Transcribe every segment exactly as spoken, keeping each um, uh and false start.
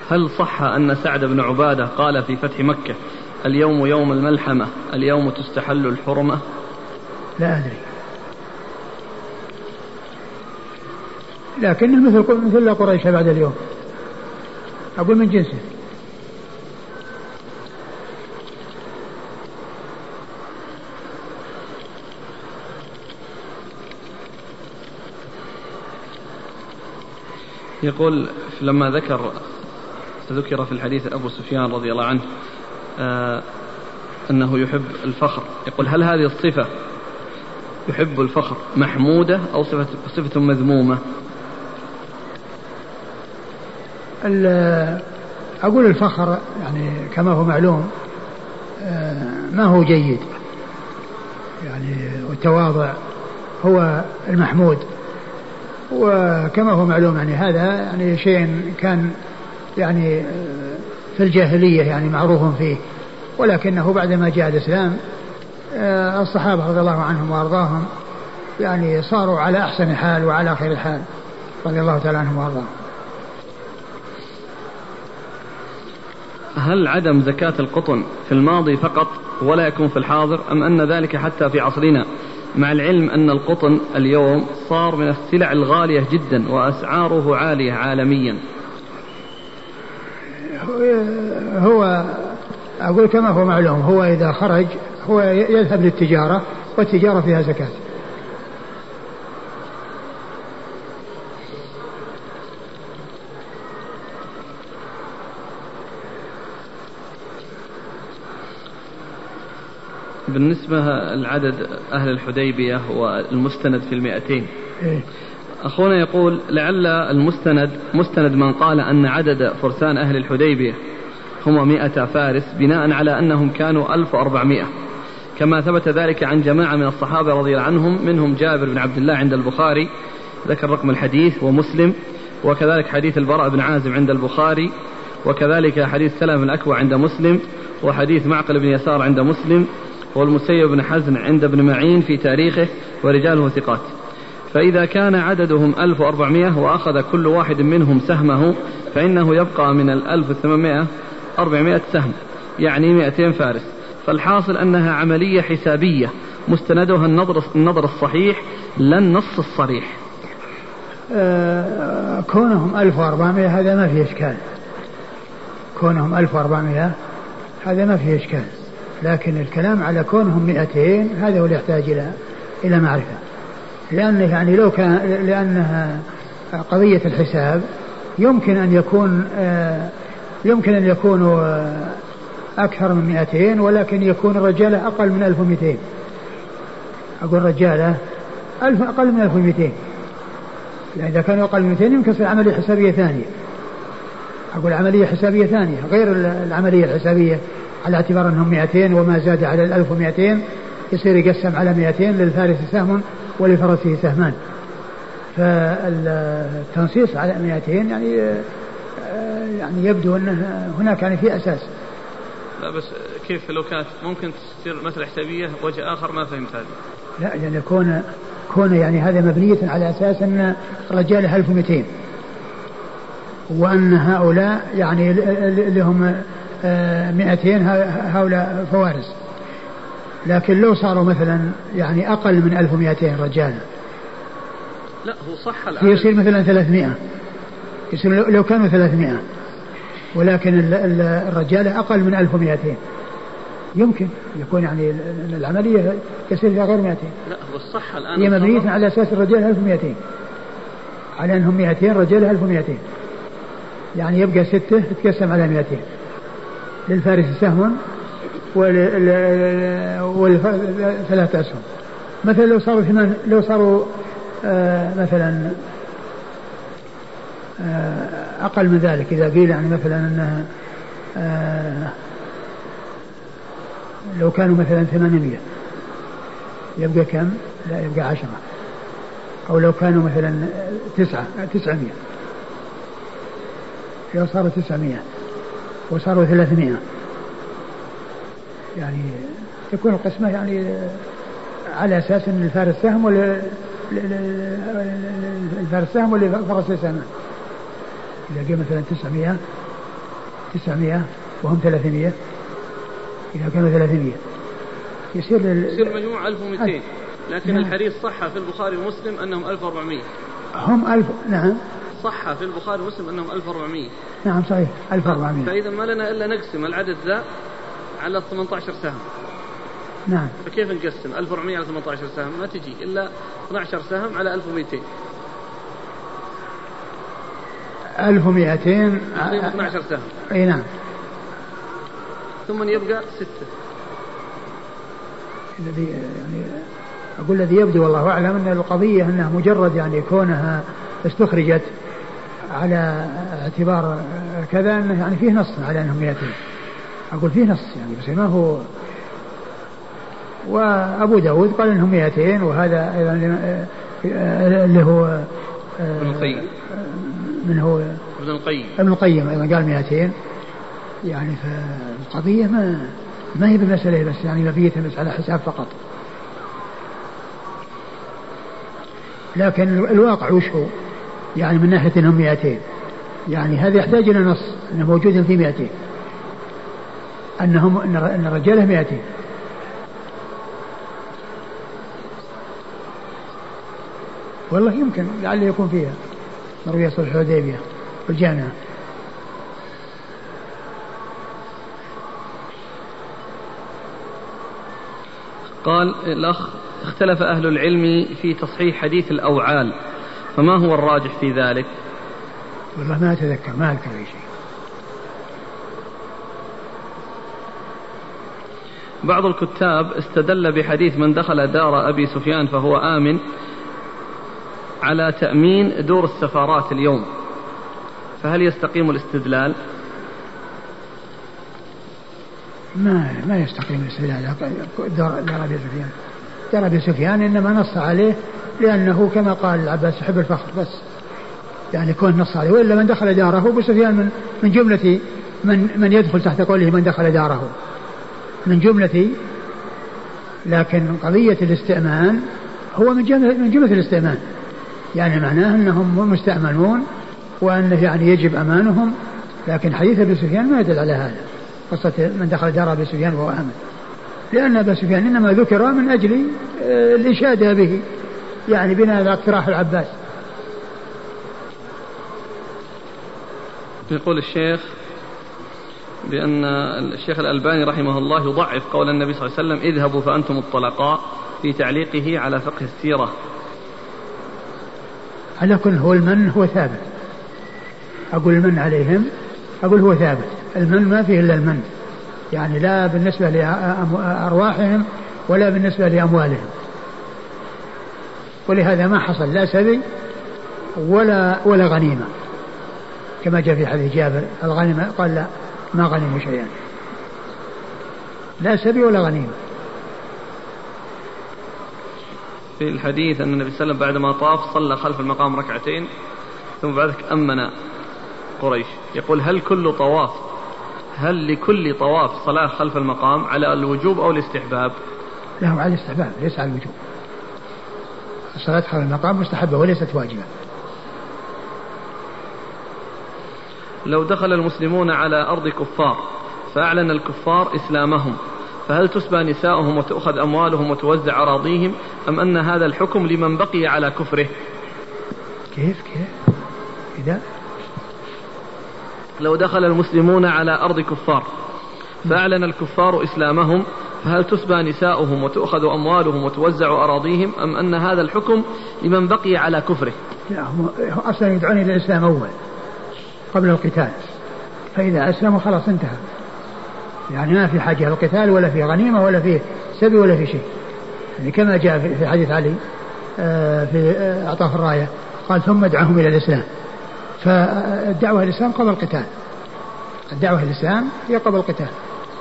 هل صح أن سعد بن عبادة قال في فتح مكة اليوم يوم الملحمة اليوم تستحل الحرمة؟ لا أدري، لكنه مثل مثل قريش بعد اليوم، أقول من جنسه. يقول لما ذكر ذكر في الحديث أبو سفيان رضي الله عنه آه أنه يحب الفخر، يقول هل هذه الصفة يحب الفخر محمودة أو صفة, صفة مذمومة؟ أقول الفخر يعني كما هو معلوم ما هو جيد يعني، والتواضع هو المحمود، وكما هو معلوم يعني هذا يعني شيء كان يعني في الجاهلية يعني معروف فيه، ولكنه بعدما جاء الإسلام الصحابة رضي الله عنهم وأرضاهم يعني صاروا على أحسن حال وعلى خير حال رضي الله تعالى عنهم وأرضاهم. هل عدم زكاة القطن في الماضي فقط ولا يكون في الحاضر، أم أن ذلك حتى في عصرنا، مع العلم أن القطن اليوم صار من السلع الغالية جدا وأسعاره عالية عالميا؟ هو أقول كما هو معلوم، هو إذا خرج هو يذهب للتجارة، والتجارة فيها زكاة. بالنسبة العدد أهل الحديبية والمستند في المئتين، أخونا يقول لعل المستند مستند من قال أن عدد فرسان أهل الحديبية هم مئة فارس بناء على أنهم كانوا ألف وأربعمائة، كما ثبت ذلك عن جماعة من الصحابة رضي الله عنهم، منهم جابر بن عبد الله عند البخاري ذكر رقم الحديث ومسلم، وكذلك حديث البراء بن عازب عند البخاري، وكذلك حديث سلمة بن الأكوع عند مسلم، وحديث معقل بن يسار عند مسلم، والمسيب بن حزن عند ابن معين في تاريخه ورجاله ثقات. فإذا كان عددهم ألف وأربعمائة وأخذ كل واحد منهم سهمه فإنه يبقى من الألف وثمانمائة أربعمائة سهم، يعني مئتين فارس. فالحاصل أنها عملية حسابية مستندها النظر, النظر الصحيح لا النص الصريح. أه كونهم ألف وأربعمائة هذا ما فيه إشكال، كونهم ألف وأربعمائة هذا ما فيه إشكال، لكن الكلام على كونهم مئتين هذا هو اللي يحتاج إلى إلى معرفة، لأنه يعني لو كان لأنها قضية الحساب يمكن أن يكون يمكن أن يكونوا أكثر من مئتين، ولكن يكون الرجالة أقل من ألف ومئتين. أقول رجالة ألف أقل من ألف ومئتين، يعني إذا كانوا أقل من مئتين يمكن تصير عملية حسابية ثانية. أقول عملية حسابية ثانية غير العملية الحسابية، على اعتبار أنهم مئتين وما زاد على الألف ومئتين يصير يقسم على مئتين، للفارس سهم ولفرسه سهمان. فالتنصيص على مئتين يعني يعني يبدو أن هناك يعني في أساس. لا بس كيف لو كانت ممكن تصير مسألة حسابية وجه آخر ما فهمت هذه؟ لا يعني كون كون يعني هذا مبنية على أساس أن الرجال ألف ومئتين وأن هؤلاء يعني اللي هم مئتين هؤلاء فوارس، لكن لو صاروا مثلا يعني أقل من ألف ومئتين رجالا لا هو صح الآن يصير مثلا ثلاثمائة، يصير لو كانوا ثلاثمائة ولكن الرجالة أقل من ألف ومئتين يمكن يكون يعني العملية يصير فيها غير مئتين. لا هو الصح الآن هي مبنية على أساس الرجال ألف ومئتين، على أنهم مئتين رجال ألف ومئتين، يعني يبقى ستة تتقسم على مئتين، للفارس سهم والثلاثة أسهم. مثلا لو صاروا ثمان لو صاروا آه مثلا آه أقل من ذلك، إذا قيل يعني مثلا أنها آه لو كانوا مثلا ثمانمائة يبقى كم؟ لا يبقى عشرة. أو لو كانوا مثلا تسعة تسعمائة، لو صاروا تسعمائة وصاروا ثلاثمائة يعني تكون القسمة يعني على أساس أن الفارس سهم ولا الفارس سهم ولا فرس سهم. إذا جاء مثلا تسعمائة تسعمائة وهم ثلاثمائة، إذا كانوا ثلاثمائة يصير يصير مجموع ألف ومئتين، لكن نعم. الحديث صح في البخاري ومسلم أنهم ألف وأربعمائة. هم ألف، نعم صح في البخاري ومسلم أنهم ألف وأربعمائة. نعم صحيح ألف وأربعمائة. فإذا ما لنا إلا نقسم العدد ذا على ثمانية عشر سهم. نعم. فكيف نقسم ألف وأربعمائة على ثمانية عشر سهم؟ ما تجي إلا اثنا عشر سهم على ألف ومئتين. ألف ومئتين اثنا عشر سهم. أي نعم. ثم يبقى ستة. الذي يعني أقول الذي يبدو والله أعلم أن القضية أنها مجرد يعني كونها استخرجت على اعتبار كذا أنه يعني فيه نص على أنهم مئتين. أقول فيه نص يعني بس ما هو. وأبو داود قال أنهم مئتين، وهذا أيضا اللي هو ابن القيم من هو ابن القيم ابن القيم أيضا قال مئتين. يعني فالقضية ما ما هي بمسألة بس يعني مبيتة بس على حساب فقط، لكن الواقع وش هو يعني من ناحية أنهم مئتين، يعني هذا يحتاج إلى نص أنه موجود في مئتين، أنهم أن الرجال مئتين. والله يمكن لعله يكون فيها مروية صلح الحديبية في الجامعة. قال الأخ: اختلف أهل العلم في تصحيح حديث الأوعال، فما هو الراجح في ذلك؟ والله ما أتذكر، ما أذكر أي شيء. بعض الكتاب استدل بحديث من دخل دار أبي سفيان فهو آمن على تأمين دور السفارات اليوم، فهل يستقيم الاستدلال؟ ما ما يستقيم الاستدلال. دار أبي سفيان دار أبي سفيان إنما نص عليه لأنه كما قال العباس يحب الفخر بس، يعني كون نص عليه، وإلا من دخل داره أبو سفيان من من جملة من من يدخل تحت قوله من دخل داره من جملة، لكن قضية الاستئمان هو من جملة من جملة الاستئمان، يعني معناه أنهم مستأمنون وأنه يعني يجب أمانهم، لكن حديث أبي سفيان ما يدل على هذا، قصة من دخل دار أبي سفيان وهو آمن، لأن أبي سفيان إنما ذكر من أجل الإشادة به، يعني بناء على اقتراح العباس. يقول الشيخ بأن الشيخ الألباني رحمه الله يضعف قول النبي صلى الله عليه وسلم اذهبوا فأنتم الطلقاء في تعليقه على فقه السيرة. على كل هو المن هو ثابت، أقول المن عليهم أقول هو ثابت، المن ما فيه إلا المن، يعني لا بالنسبة لأرواحهم ولا بالنسبة لأموالهم، ولهذا ما حصل لا سبي ولا ولا غنيمة كما جاء في حديث جابر الغنيمة قال لا ما غنموا شيئا، لا سبي ولا غنيمة. في الحديث أن النبي صلى الله عليه وسلم بعدما طاف صلى خلف المقام ركعتين ثم بعد ذلك أمن قريش. يقول هل كل طواف هل لكل طواف صلاة خلف المقام على الوجوب أو الاستحباب؟ لا على الاستحباب ليس على الوجوب، الصلاة خلف المقام مستحبة وليست واجبة. لو دخل المسلمون على أرض كفار فأعلن الكفار إسلامهم فهل تسبى نساؤهم وتأخذ أموالهم وتوزع أراضيهم أم أن هذا الحكم لمن بقي على كفره؟ كيف كيف إذا لو دخل المسلمون على أرض كفار فأعلن الكفار إسلامهم فهل تسبى نساؤهم وتأخذ أموالهم وتوزع أراضيهم أم أن هذا الحكم لمن بقي على كفره؟ لا هم أصلا يدعون إلى الإسلام أول قبل القتال، فإذا أسلموا خلاص انتهى، يعني ما في حاجة للقتال ولا في غنيمة ولا في سبي ولا في شيء، يعني كما جاء في حديث علي في أعطاف الراية قال ثم ادعهم إلى الإسلام، فالدعوة الإسلام قبل القتال، الدعوة الإسلام هي قبل القتال.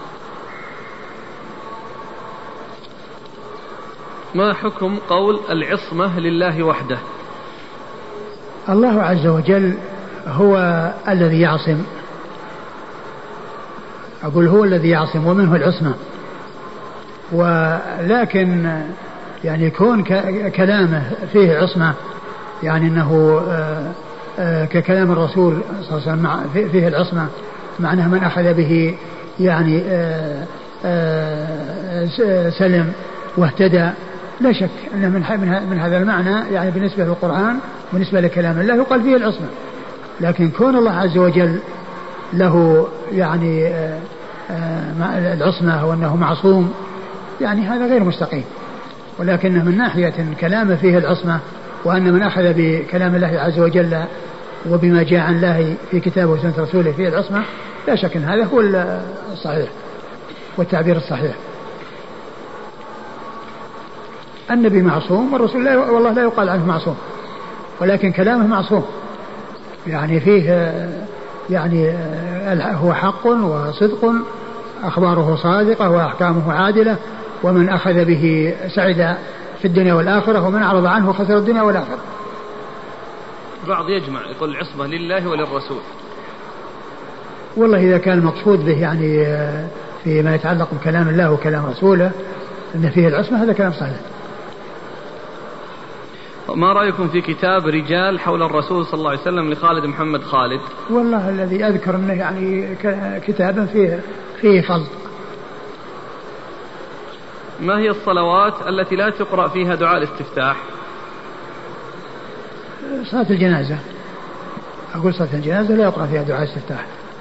ما حكم قول العصمة لله وحده؟ الله عز وجل هو الذي يعصم، أقول هو الذي يعصم ومنه العصمة، ولكن يعني يكون كلامه فيه عصمة، يعني أنه ككلام الرسول صلى الله عليه وسلم فيه العصمة معناه من أخذ به يعني آآ آآ سلم واهتدى. لا شك أن من, من هذا المعنى يعني بالنسبة للقرآن بالنسبة لكلام الله يقال فيه العصمة، لكن كون الله عز وجل له يعني آآ آآ العصمة وأنه معصوم يعني هذا غير مستقيم، ولكنه من ناحية كلامه فيه العصمة، وأن من أخذ بكلام الله عز وجل وبما جاء عن الله في كتابه وسنة رسوله فيه العصمة، لا شك أن هذا هو الصحيح والتعبير الصحيح. النبي معصوم والرسول لا والله لا يقال عنه معصوم، ولكن كلامه معصوم يعني فيه يعني هو حق وصدق، أخباره صادقة وأحكامه عادلة، ومن أخذ به سعد في الدنيا والآخرة، ومن أعرض عنه خسر الدنيا والآخرة. بعض يجمع يقول العصمة لله وللرسول. والله إذا كان المقصود به يعني فيما يتعلق بكلام الله وكلام رسوله أن فيه العصمة هذا كلام صحيح. ما رأيكم في كتاب رجال حول الرسول صلى الله عليه وسلم لخالد محمد خالد؟ والله الذي أذكر أنه يعني كتابا فيه فيه خلط. ما هي الصلوات التي لا تقرأ فيها دعاء الاستفتاح؟ صلاة الجنازة، أقول صلاة الجنازة لا يقرأ فيها دعاء الاستفتاح.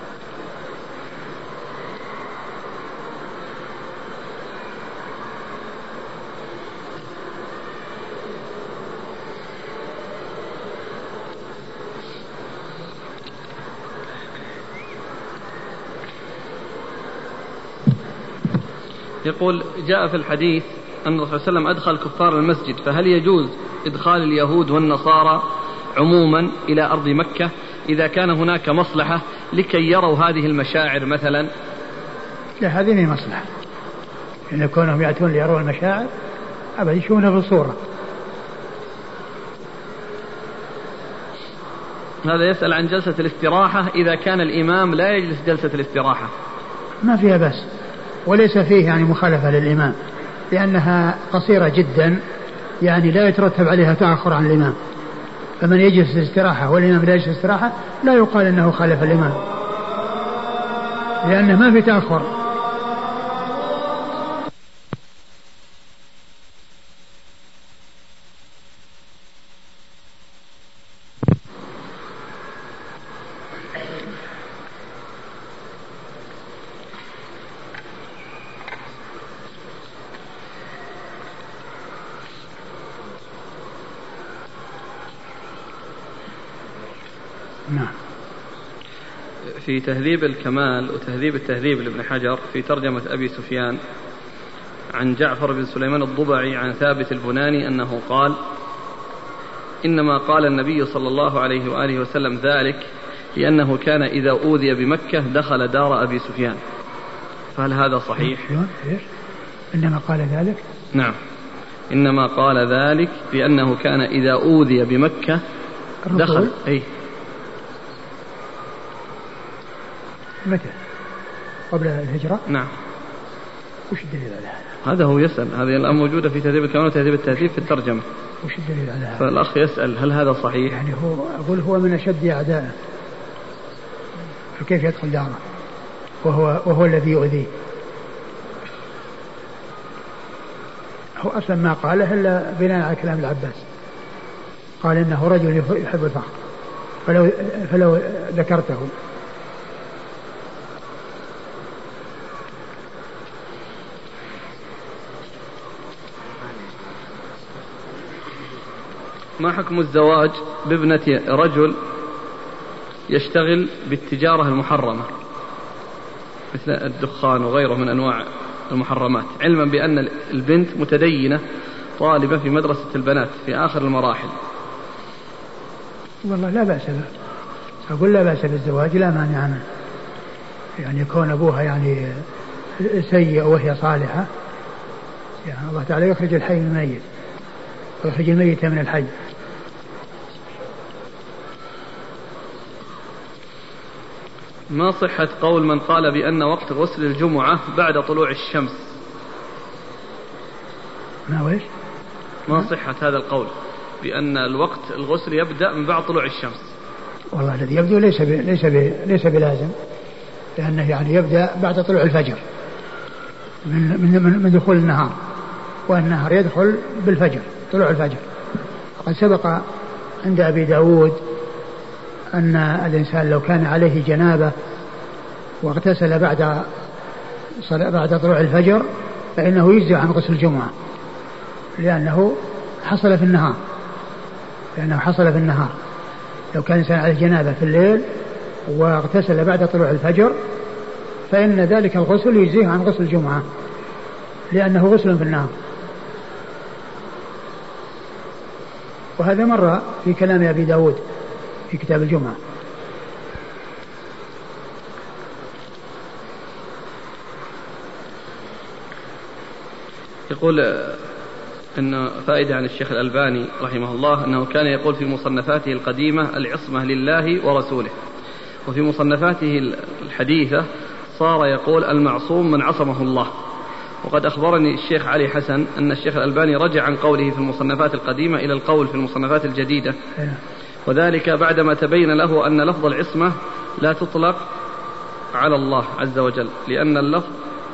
يقول جاء في الحديث أن الرسول صلى الله عليه وسلم أدخل كفار المسجد، فهل يجوز إدخال اليهود والنصارى عموما إلى أرض مكة إذا كان هناك مصلحة لكي يروا هذه المشاعر مثلا؟ لا، هذه ما مصلحة، إن كونهم يأتون ليروا المشاعر أبدا يشوفونها في الصورة. هذا يسأل عن جلسة الاستراحة إذا كان الإمام لا يجلس جلسة الاستراحة. ما فيها بس، وليس فيه يعني مخالفة للإمام، لأنها قصيرة جدا يعني لا يترتب عليها تأخر عن الإمام، فمن يجلس الاستراحة والإمام لا يجلس الاستراحة لا يقال أنه خالف الإمام، لأنه ما في تأخر. في تهذيب الكمال وتهذيب التهذيب لابن حجر في ترجمة أبي سفيان عن جعفر بن سليمان الضبعي عن ثابت البناني أنه قال: إنما قال النبي صلى الله عليه وآله وسلم ذلك لأنه كان إذا أوذي بمكة دخل دار أبي سفيان. فهل هذا صحيح؟ إنما قال ذلك؟ نعم، إنما قال ذلك لأنه كان إذا أوذي بمكة دخل. أي متى؟ قبل الهجرة؟ نعم. وش الدليل على هذا؟ هذا هو يسأل، هذه الآن موجودة في تهذيب الكمال وتهذيب التهذيب في الترجمة. وش الدليل على هذا؟ فالأخ يسأل هل هذا صحيح؟ يعني هو أقول هو من أشد أعدائه، فكيف يدخل داره وهو وهو الذي يؤذيه؟ هو أصلا ما قاله إلا بناء على كلام العباس، قال إنه رجل يحب الفخر، فلو فلو ذكرته. ما حكم الزواج بابنة رجل يشتغل بالتجارة المحرمة مثل الدخان وغيره من أنواع المحرمات، علما بأن البنت متدينة طالبة في مدرسة البنات في آخر المراحل؟ والله لا بأس به، أقول لا بأس بالزواج، لا مانع منه، يعني يكون أبوها يعني سيء وهي صالحة، يعني الله تعالى يخرج الحي من الميت ويخرج الميت من الحي. ما صحة قول من قال بأن وقت غسل الجمعة بعد طلوع الشمس؟ ما ويش؟ ما صحة هذا القول بأن الوقت الغسل يبدأ من بعد طلوع الشمس؟ والله الذي يبدو ليس ب... ليس ب... ليس بلازم، لأنه يعني يبدأ بعد طلوع الفجر من, من, من دخول النهار، والنهار يدخل بالفجر طلوع الفجر. وقد سبق عند أبي داود أن الإنسان لو كان عليه جنابة واغتسل بعد بعد طلوع الفجر فإنه يجزي عن غسل الجمعة، لأنه حصل في النهار لأنه حصل في النهار لو كان الإنسان عليه جنابة في الليل واغتسل بعد طلوع الفجر فإن ذلك الغسل يجزيه عن غسل الجمعة، لأنه غسل في النهار. وهذا مر في كلام أبي داود في كتاب الجمعة. يقول إن فائدة عن الشيخ الألباني رحمه الله أنه كان يقول في مصنفاته القديمة العصمة لله ورسوله، وفي مصنفاته الحديثة صار يقول المعصوم من عصمه الله. وقد أخبرني الشيخ علي حسن أن الشيخ الألباني رجع عن قوله في المصنفات القديمة إلى القول في المصنفات الجديدة، وذلك بعدما تبين له أن لفظ العصمة لا تطلق على الله عز وجل، لأن اللفظ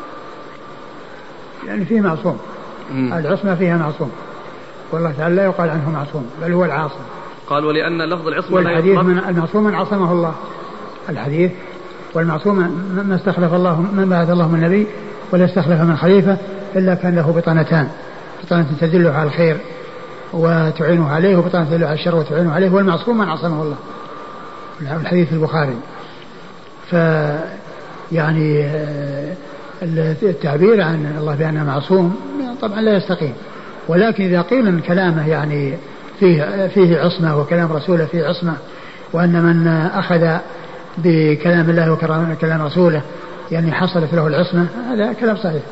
يعني فيه معصوم. مم. العصمة فيها معصوم، والله تعالى لا يقال عنه معصوم بل هو العاصم. قال ولأن لفظ العصمة والحديث من المعصوم من عصمه الله، الحديث والمعصوم ما استخلف الله من بعث الله من نبي ولا استخلف من خليفة إلا كان له بطانتان، بطانة تدل على الخير وتعينه عليه، وبطانة تدل على الشر وتعينه عليه، والمعصوم من عصمه الله، الحديث البخاري. ف يعني التعبير عن الله بأنه معصوم طبعا لا يستقيم، ولكن إذا قيل أن كلامه يعني فيه, فيه عصمة وكلام رسوله فيه عصمة، وأن من أخذ بكلام الله وكلام رسوله يعني حصلت له العصمة، هذا كلام صحيح.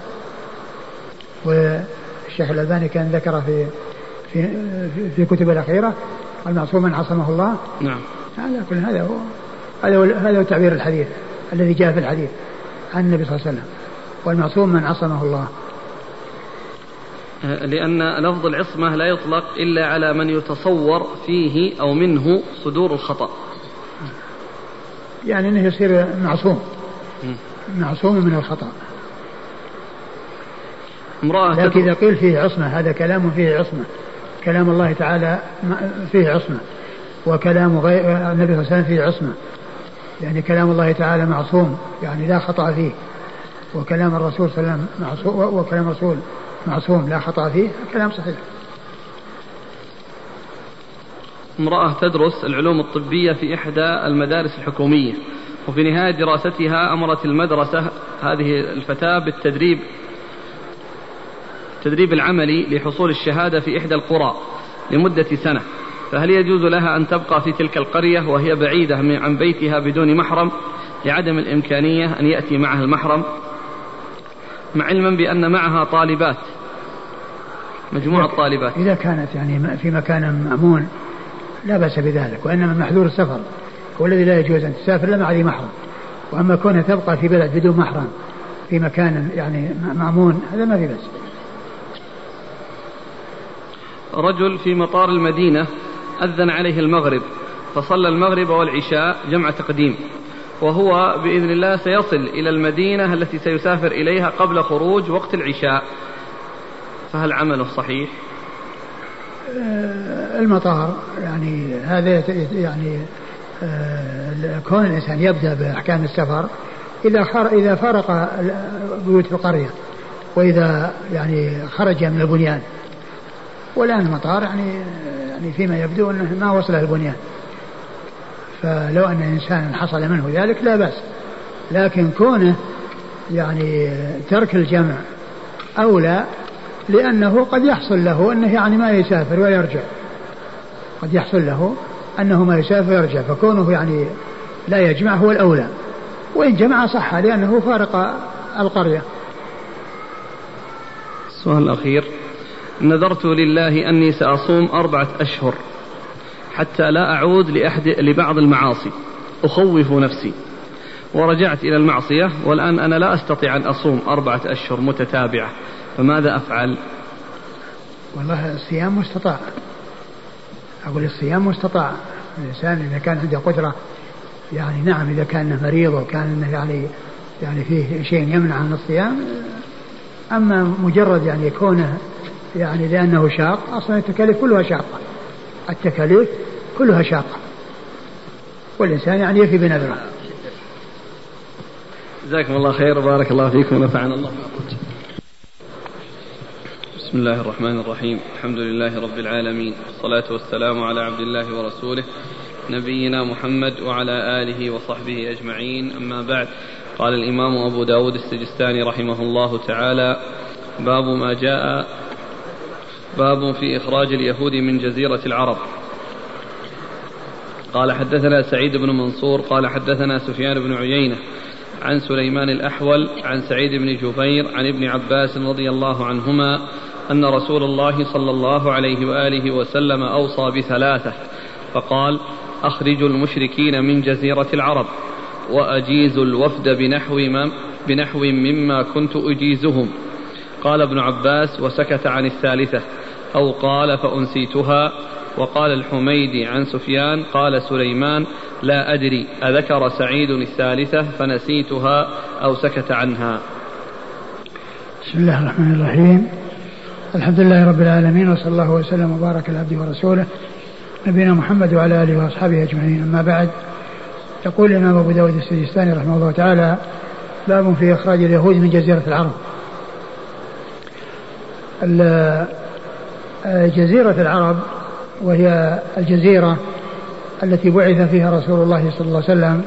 والشيخ الألباني كان ذكر في في في كتب الأخيرة المعصوم من عصمه الله. نعم. هذا كل هذا هو هذا هو هذا هو تعبير الحديث الذي جاء في الحديث عن النبي صلى الله عليه وسلم، والمعصوم من عصمه الله. لأن لفظ العصمة لا يطلق إلا على من يتصور فيه أو منه صدور الخطأ، يعني أنه يصير معصوم معصوم من الخطأ. لكن إذا قيل فيه عصمة هذا كلام فيه عصمة، كلام الله تعالى فيه عصمة، وكلام غير النبي صلى الله عليه وسلم فيه عصمة، يعني كلام الله تعالى معصوم يعني لا خطأ فيه، وكلام الرسول صلى الله عليه وسلم معصوم، وكلام الرسول معصوم لا خطأ فيه، كلام صحيح. امرأة تدرس العلوم الطبية في إحدى المدارس الحكومية، وفي نهاية دراستها أمرت المدرسة هذه الفتاة بالتدريب التدريب العملي لحصول الشهادة في إحدى القرى لمدة سنة، فهل يجوز لها أن تبقى في تلك القرية وهي بعيدة عن بيتها بدون محرم لعدم الإمكانية أن يأتي معها المحرم، مع علما بأن معها طالبات مجموعة طالبات؟ إذا كانت يعني في مكان مأمون لا بأس بذلك، وإنما محذور السفر هو الذي لا يجوز أن تسافر إلا مع ذي محرم، وأما كونها تبقى في بلد بدون محرم في مكان يعني مأمون هذا ما في بأس. رجل في مطار المدينة أذن عليه المغرب فصلى المغرب والعشاء جمع تقديم، وهو بإذن الله سيصل إلى المدينة التي سيسافر إليها قبل خروج وقت العشاء، فهل عمله صحيح؟ المطار يعني هذا يعني كون الإنسان يبدأ بأحكام السفر إذا إذا فرق بيوت القرية، وإذا يعني خرج من البنيان، والآن المطار يعني يعني فيما يبدو أنه ما وصل البنيان، فلو أن إنسان حصل منه ذلك لا بأس، لكن كونه يعني ترك الجمع أولى، لأنه قد يحصل له أنه يعني ما يسافر ويرجع، قد يحصل له أنه ما يسافر ويرجع، فكونه يعني لا يجمع هو الأولى، وإن جمع صح لأنه فارق القرية. السؤال الأخير: نذرت لله أني سأصوم أربعة أشهر حتى لا أعود لأحد لبعض المعاصي، أخوف نفسي ورجعت إلى المعصية، والآن أنا لا أستطيع أن أصوم أربعة أشهر متتابعة، فماذا أفعل؟ والله الصيام مستطاع، أقول الصيام مستطاع، الإنسان إذا كان عنده قدرة يعني نعم إذا كان مريض وكان يعني يعني فيه شيء يمنع عن الصيام. أما مجرد يعني يكونه يعني لأنه شاق، أصلا التكاليف كلها شاقة، التكاليف كلها شاقة، والإنسان يعني يفي بنذره. جزاكم الله خير وبارك الله فيكم ونفعنا الله. بسم الله الرحمن الرحيم. الحمد لله رب العالمين، والصلاة والسلام على عبد الله ورسوله نبينا محمد وعلى آله وصحبه أجمعين. أما بعد، قال الإمام أبو داود السجستاني رحمه الله تعالى: باب ما جاء باب في إخراج اليهود من جزيرة العرب. قال حدثنا سعيد بن منصور قال حدثنا سفيان بن عيينة عن سليمان الأحول عن سعيد بن جبير عن ابن عباس رضي الله عنهما أن رسول الله صلى الله عليه وآله وسلم أوصى بثلاثة فقال: أخرجوا المشركين من جزيرة العرب، وأجيزوا الوفد بنحو, بنحو مما كنت أجيزهم. قال ابن عباس: وسكت عن الثالثة، أو قال فأنسيتها. وقال الحميدي عن سفيان قال سليمان: لا أدري أذكر سعيد الثالثة فنسيتها أو سكت عنها. بسم الله الرحمن الرحيم. الحمد لله رب العالمين، وصلى الله وسلم وبارك على عبده ورسوله نبينا محمد وعلى آله وأصحابه أجمعين. أما بعد، يقول الإمام أبو داود السجستاني رحمه الله تعالى: باب في إخراج اليهود من جزيرة العرب. جزيرة العرب وهي الجزيرة التي بعث فيها رسول الله صلى الله عليه وسلم،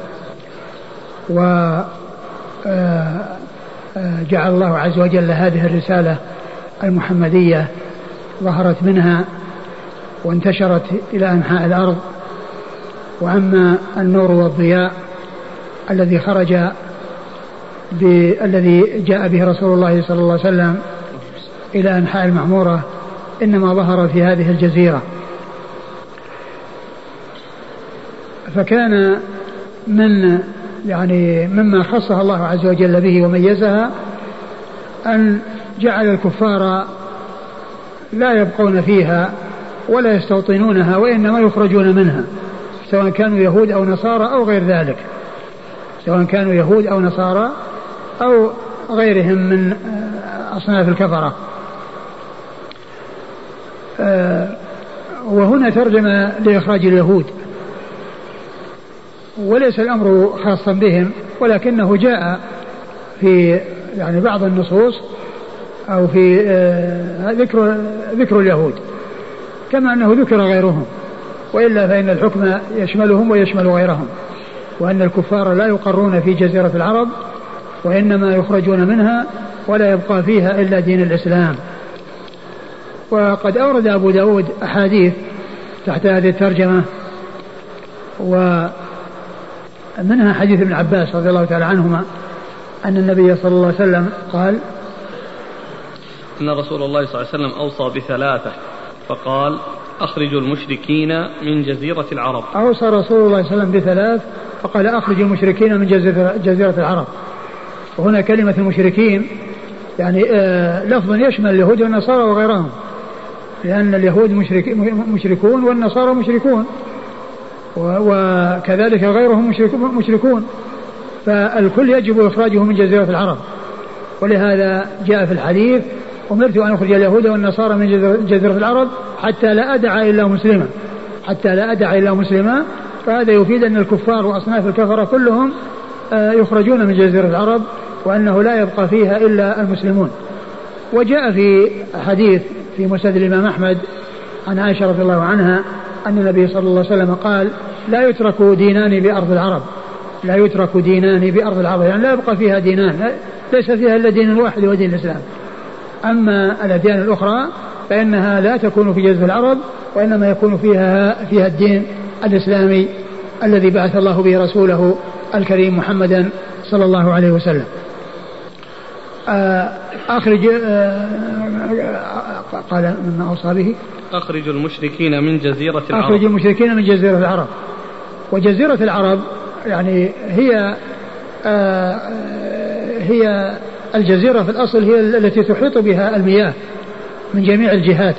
وجعل الله عز وجل هذه الرسالة المحمدية ظهرت منها وانتشرت إلى أنحاء الأرض، وأما النور والضياء الذي خرج الذي جاء به رسول الله صلى الله عليه وسلم إلى أنحاء المعمورة إنما ظهر في هذه الجزيرة. فكان من يعني مما خصها الله عز وجل به وميزها أن جعل الكفار لا يبقون فيها ولا يستوطنونها، وإنما يخرجون منها، سواء كانوا يهود أو نصارى أو غير ذلك، سواء كانوا يهود أو نصارى أو غيرهم من أصناف الكفرة. وهنا ترجم لإخراج اليهود، وليس الأمر خاصا بهم، ولكنه جاء في يعني بعض النصوص أو في ذكر ذكر اليهود كما أنه ذكر غيرهم، وإلا فإن الحكم يشملهم ويشمل غيرهم، وأن الكفار لا يقرون في جزيرة العرب وإنما يخرجون منها ولا يبقى فيها إلا دين الإسلام. وقد أورد أبو داود أحاديث تحت هذه الترجمة، ومنها حديث ابن عباس رضي الله تعالى عنهما أن النبي صلى الله عليه وسلم قال: أن رسول الله صلى الله عليه وسلم أوصى بثلاثة فقال: أخرجوا المشركين من جزيرة العرب. أوصى رسول الله صلى الله عليه وسلم بثلاث فقال: أخرجوا المشركين من جزيرة العرب. وهنا كلمة المشركين يعني آه لفظ يشمل اليهود والنصارى وغيرهم، لأن اليهود مشرك مشركون والنصارى مشركون، وكذلك غيرهم مشركون، فالكل يجب إخراجه من جزيرة العرب. ولهذا جاء في الحديث: أمرت أن أخرج اليهود والنصارى من جزيرة العرب حتى لا أدع إلا مسلما حتى لا أدع إلا مسلما. فهذا يفيد أن الكفار وأصناف الكفرة كلهم يخرجون من جزيرة العرب، وأنه لا يبقى فيها إلا المسلمون. وجاء في حديث في مسند الإمام أحمد عن عائشة رضي الله عنها أن النبي صلى الله عليه وسلم قال: لا يترك دينان بأرض العرب لا يترك دينان بأرض العرب يعني لا يبقى فيها دينان، ليس فيها إلا دين واحد ودين الإسلام. أما الأديان الأخرى فإنها لا تكون في جزيرة العرب، وإنما يكون فيها فيها الدين الإسلامي الذي بعث الله به رسوله الكريم محمدا صلى الله عليه وسلم. أخرج قال مما أوصى به: أخرج المشركين من جزيرة العرب. أخرج المشركين من جزيرة العرب. وجزيرة العرب يعني هي هي الجزيرة في الأصل هي التي تحيط بها المياه من جميع الجهات،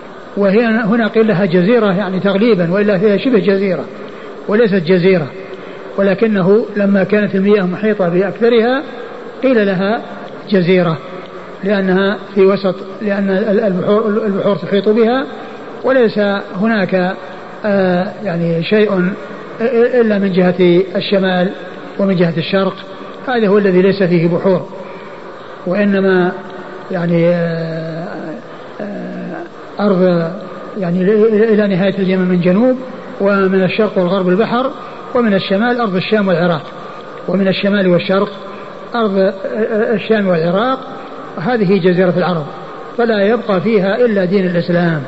وهي هنا قيل لها جزيرة يعني تغليبا، وإلا هي شبه جزيرة وليست جزيرة، ولكنه لما كانت المياه محيطة بأكثرها قيل لها جزيرة لأنها في وسط، لأن البحور, البحور تحيط بها وليس هناك آه يعني شيء إلا من جهة الشمال ومن جهة الشرق، هذا هو الذي ليس فيه بحور، وإنما يعني آه آه أرض يعني إلى نهاية اليمن من جنوب، ومن الشرق والغرب البحر، ومن الشمال أرض الشام والعراق، ومن الشمال والشرق أرض الشام والعراق، هذه جزيرة العرب، فلا يبقى فيها إلا دين الإسلام.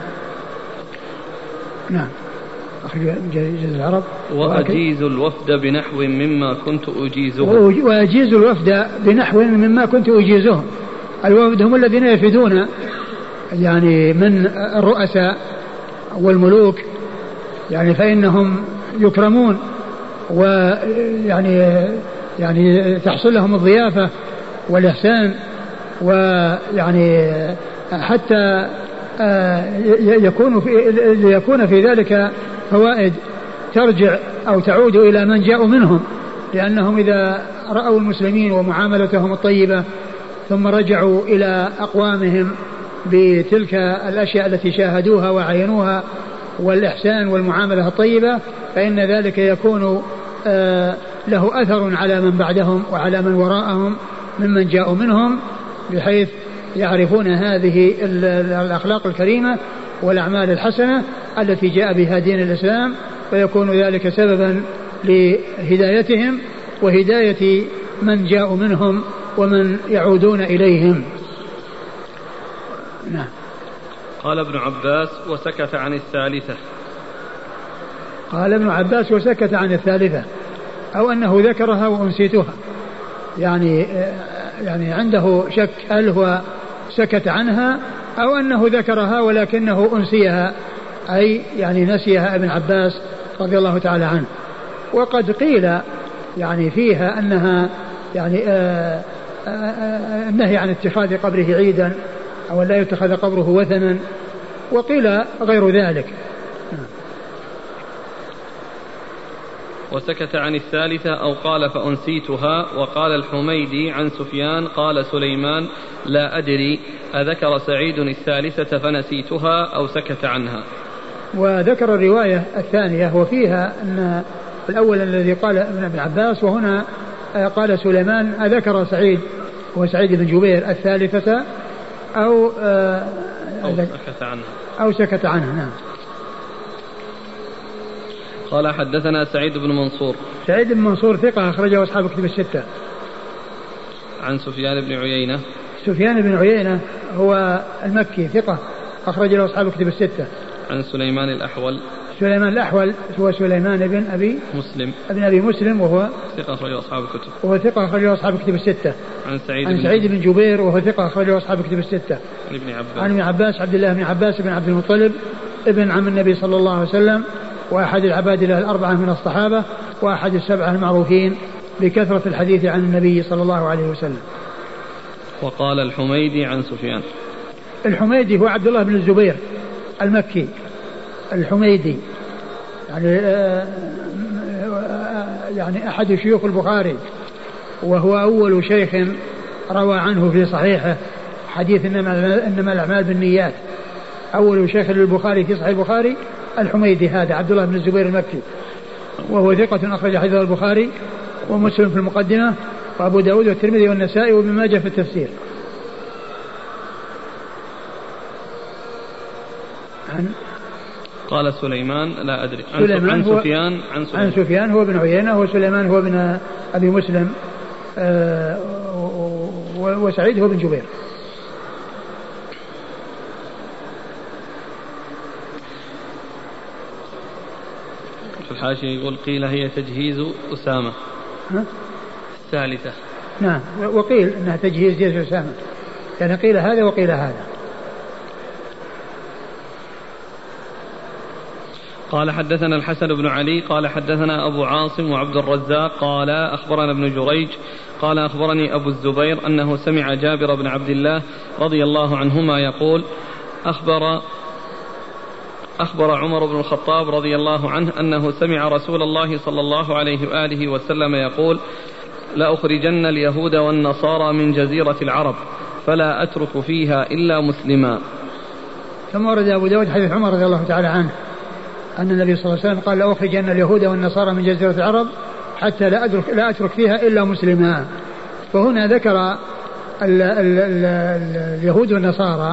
نعم. أخرج جزيرة العرب. وأجيز الوفد بنحو مما كنت أجيزه. وأجيز الوفد بنحو مما كنت أجيزهم. الوفد هم الذين يفدون يعني من الرؤساء والملوك، يعني فإنهم يكرمون ويعني يعني تحصل لهم الضيافة والإحسان، ويعني حتى يكون في يكون في ذلك فوائد ترجع أو تعود إلى من جاءوا منهم، لأنهم إذا رأوا المسلمين ومعاملتهم الطيبة ثم رجعوا إلى أقوامهم بتلك الأشياء التي شاهدوها وعينوها والإحسان والمعاملة الطيبة، فإن ذلك يكون له أثر على من بعدهم وعلى من وراءهم ممن جاءوا منهم، بحيث يعرفون هذه الأخلاق الكريمة والأعمال الحسنة التي جاء بها دين الإسلام، ويكون ذلك سببا لهدايتهم وهداية من جاءوا منهم ومن يعودون إليهم. نعم. قال ابن عباس وسكت عن الثالثة. قال ابن عباس وسكت عن الثالثة، أو أنه ذكرها وأنسيتها، يعني يعني عنده شك هل هو سكت عنها أو أنه ذكرها ولكنه أنسيها، أي يعني نسيها ابن عباس رضي الله تعالى عنه. وقد قيل يعني فيها أنها يعني آآ آآ النهي عن اتخاذ قبره عيدا أو لا يتخذ قبره وثنا، وقيل غير ذلك. وسكت عن الثالثة أو قال فأنسيتها. وقال الحميدي عن سفيان قال سليمان لا أدري أذكر سعيد الثالثة فنسيتها أو سكت عنها. وذكر الرواية الثانية وفيها أن الأول الذي قال ابن عباس، وهنا قال سليمان أذكر سعيد وسعيد بن جبير الثالثة أو أو سكت عنها أو سكت عنها. نعم. قال حدثنا سعيد بن منصور. سعيد بن منصور ثقة أخرجه أصحاب كتب الستة. عن سفيان بن عيينة. سفيان بن عيينة هو المكي ثقة أخرج له أصحاب كتب الستة. عن سليمان الأحول. سليمان الأحول هو سليمان بن أبي مسلم ابن أبي مسلم وهو ثقة أخرج له أصحاب الكتب. وهو ثقة أخرج له أصحاب كتب الستة. عن سعيد عن بن سعيد بن جبير وهو ثقة أخرج له أصحاب كتب الستة. عن ابن عباس. عن ابن عباس عبد الله بن عباس بن عبد المطلب ابن عم النبي صلى الله عليه وسلم، وأحد العباد له الأربعة من الصحابة، وأحد السبعة المعروفين بكثرة الحديث عن النبي صلى الله عليه وسلم. وقال الحميدي عن سفيان. الحميدي هو عبد الله بن الزبير المكي الحميدي، يعني يعني أحد شيوخ البخاري، وهو أول شيخ روى عنه في صحيحه حديث إنما الأعمال بالنيات. أول شيخ للبخاري في صحيح البخاري الحميدي هذا عبد الله بن الزبير المكي، وهو ثقة أخرج حديث البخاري ومسلم في المقدمة وأبو داود والترمذي والنسائي وابن ماجه في التفسير. عن قال سليمان لا أدري. عن, سليمان عن هو سفيان عن سليمان. عن سفيان هو بن عيينة، وسليمان هو بن أبي مسلم، آه وسعيد هو بن جبير. في الحاشية يقول قيل هي تجهيز أسامة. ها؟ الثالثة. نعم، وقيل أنها تجهيز جيش أسامة، يعني قيل هذا وقيل هذا. قال حدثنا الحسن بن علي قال حدثنا أبو عاصم وعبد الرزاق قال أخبرنا ابن جريج قال أخبرني أبو الزبير أنه سمع جابر بن عبد الله رضي الله عنهما يقول أخبر أخبر عمر بن الخطاب رضي الله عنه أنه سمع رسول الله صلى الله عليه وآله وسلم يقول: لأخرجن اليهود والنصارى من جزيرة العرب فلا أترك فيها إلا مسلما. ثم ورد أبو داود حديث عمر رضي الله تعالى عنه أن النبي صلى الله عليه وسلم قال: لأخرجن اليهود والنصارى من جزيرة العرب حتى لا أترك, لا أترك فيها إلا مسلما. فهنا ذكر ال ال ال ال اليهود والنصارى،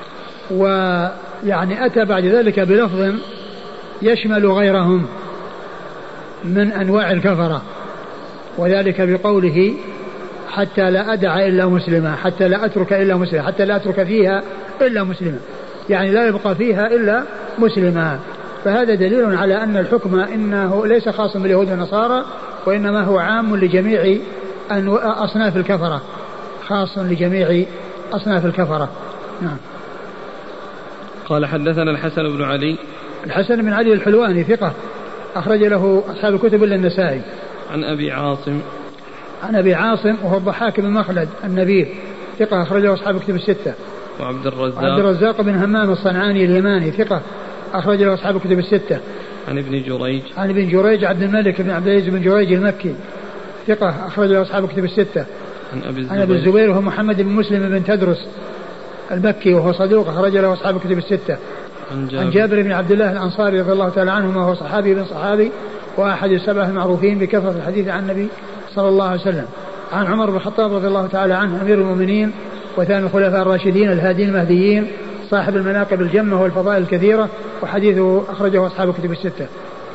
ويعني أتى بعد ذلك بلفظ يشمل غيرهم من أنواع الكفرة، وذلك بقوله: حتى لا أدع إلا مسلما، حتى لا أترك إلا مسلما، حتى لا أترك فيها إلا مسلما، يعني لا يبقى فيها إلا مسلما. فهذا دليل على أن الحكم إنه ليس خاصا باليهود والنصارى، وإنما هو عام لجميع أصناف الكفرة، خاص لجميع أصناف الكفرة. نعم. قال: حدثنا الحسن بن علي. الحسن بن علي الحلواني ثقة، أخرج له أصحاب الكتب إلا النسائي. عن أبي عاصم. عن أبي عاصم وهو الضحاك بن مخلد النبيل ثقة، أخرج له أصحاب الكتب الستة. وعبد الرزاق. عبد الرزاق بن همام الصنعاني اليماني ثقة، أخرج له أصحاب الكتب الستة. عن ابن جريج. عن ابن جريج عبد الملك بن عبد العزيز بن جريج المكي ثقة، أخرج له أصحاب الكتب الستة. عن أبي الزبير. عن أبي الزبير وهو محمد بن مسلم بن تدرس المكي وهو صدوق، أخرج له أصحاب الكتب الستة. عن جابر. عن جابر بن عبد الله الأنصاري رضي الله تعالى عنه، وهو صحابي بن صحابي وأحد السبعة المعروفين بكثرة الحديث عن النبي صلى الله عليه وسلم. عن عمر بن الخطاب رضي الله تعالى عنه أمير المؤمنين وثاني الخلفاء الراشدين الهادين المهديين صاحب المناقب الجمة والفضائل الكثيرة، وحديثه أخرجه أصحاب الكتب الستة.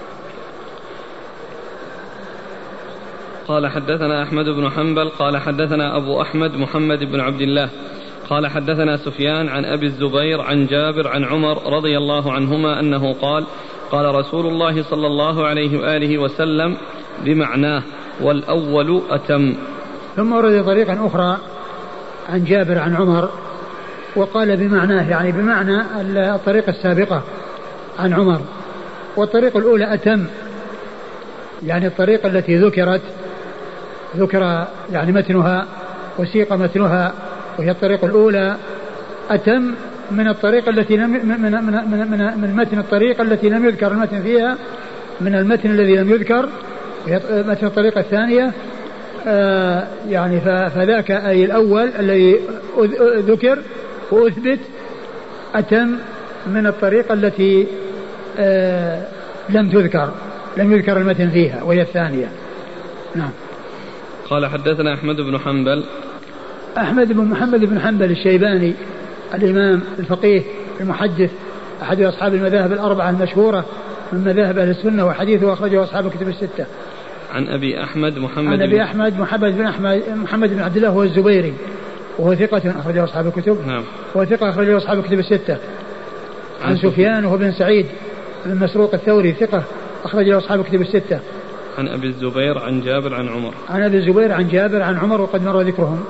قال: حدثنا أحمد بن حنبل قال حدثنا أبو أحمد محمد بن عبد الله قال حدثنا سفيان عن أبي الزبير عن جابر عن عمر رضي الله عنهما أنه قال: قال رسول الله صلى الله عليه وآله وسلم بمعناه والأول أتم. ثم ورد طريقا أخرى عن جابر عن عمر وقال بمعناه، يعني بمعنى الطريقة السابقة عن عمر، والطريقة الأولى أتم، يعني الطريقة التي ذكرت ذكر يعني متنها وسيق متنها، وهي الطريقة الأولى أتم من الطريقة التي لم من من من من, من متن الطريقة التي لم يذكر المتن فيها، من المتن الذي لم يذكر، وهي متن الطريقة الثانية. آه يعني فذاك أي الأول الذي ذكر وأثبت أتم من الطريقة التي آه لم تذكر لم يذكر المتن فيها، وهي الثانية. نعم. قال: حدثنا أحمد بن حنبل. أحمد بن محمد بن حنبل الشيباني الإمام الفقيه المحدث، أحد أصحاب المذاهب الأربعة المشهورة من مذاهب أهل السنة، وحديثه أخرجه أصحاب الكتب الستة. عن أبي أحمد محمد عن أبي أحمد محمد بن أحمد محمد بن عبد الله هو الزبيري، وهو ثقة أخرجه أصحاب الكتب. نعم. وهو ثقة أخرجه أصحاب الكتب الستة. عن, عن سفيان وهو بن سعيد بن مسروق الثوري ثقة أخرجه أصحاب الكتب الستة. عن أبي الزبير عن جابر عن عمر. عن أبي الزبير عن جابر عن عمر، وقد مر ذكرهم.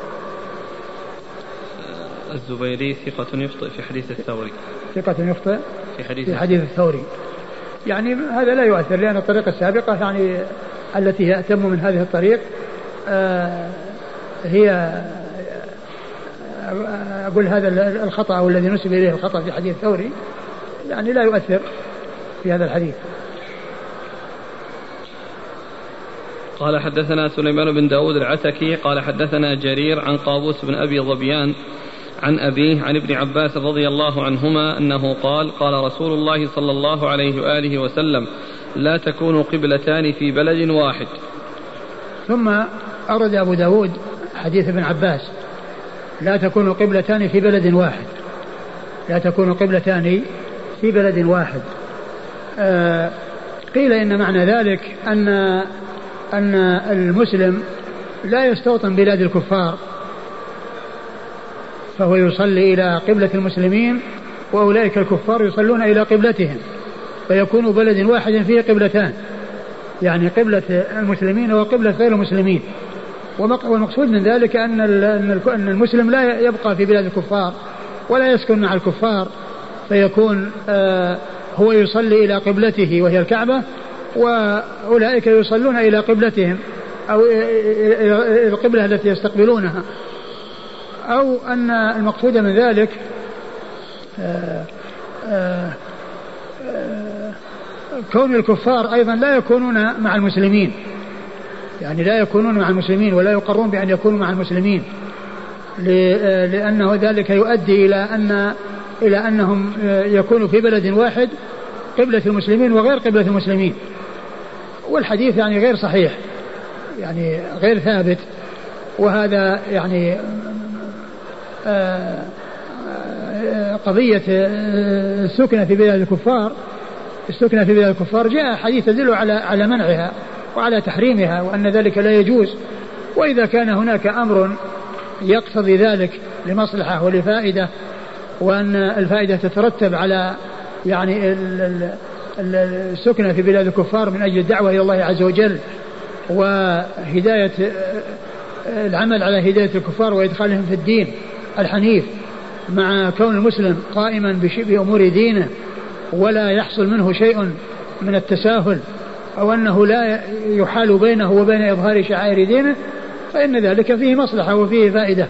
الزبيري ثقة يخطئ في حديث الثوري. ثقة يخطئ في حديث, في حديث الثوري. يعني هذا لا يؤثر، لأن الطريقة السابقة يعني التي هي أتم من هذه الطريق آه هي أقول هذا الخطأ أو الذي نسب إليه الخطأ في حديث الثوري يعني لا يؤثر في هذا الحديث. قال: حدثنا سليمان بن داود العتكي قال حدثنا جرير عن قابوس بن أبي ظبيان عن أبيه عن ابن عباس رضي الله عنهما أنه قال: قال رسول الله صلى الله عليه وآله وسلم: لا تكونوا قبلتان في بلد واحد. ثم أرد أبو داود حديث ابن عباس: لا تكونوا قبلتان في بلد واحد، لا تكونوا قبلتان في بلد واحد. آه قيل إن معنى ذلك أن أن المسلم لا يستوطن بلاد الكفار، فهو يصلي إلى قبلة المسلمين، وأولئك الكفار يصلون إلى قبلتهم، فيكون بلد واحد فيه قبلتان، يعني قبلة المسلمين وقبلة غير المسلمين. والمقصود من ذلك أن أن المسلم لا يبقى في بلاد الكفار ولا يسكن مع الكفار، فيكون آه هو يصلي إلى قبلته وهي الكعبة، وأولئك يصلون إلى قبلتهم أو إلى القبلة التي يستقبلونها. أو أن المقصود من ذلك آآ آآ كون الكفار أيضا لا يكونون مع المسلمين، يعني لا يكونون مع المسلمين ولا يقرون بأن يكونوا مع المسلمين، لأنه ذلك يؤدي إلى أن إلى أنهم يكونوا في بلد واحد قبلة المسلمين وغير قبلة المسلمين، والحديث يعني غير صحيح، يعني غير ثابت. وهذا يعني قضية السكنة في بلاد الكفار السكنة في بلاد الكفار جاء حديث يدل على على منعها وعلى تحريمها وأن ذلك لا يجوز. وإذا كان هناك أمر يقتضي ذلك لمصلحة ولفائدة، وأن الفائدة تترتب على يعني السكنة في بلاد الكفار من أجل الدعوة إلى الله عز وجل وهداية العمل على هداية الكفار وإدخالهم في الدين الحنيف، مع كون المسلم قائما بأمور دينه ولا يحصل منه شيء من التساهل أو أنه لا يحال بينه وبين إظهار شعائر دينه، فإن ذلك فيه مصلحة وفيه فائدة.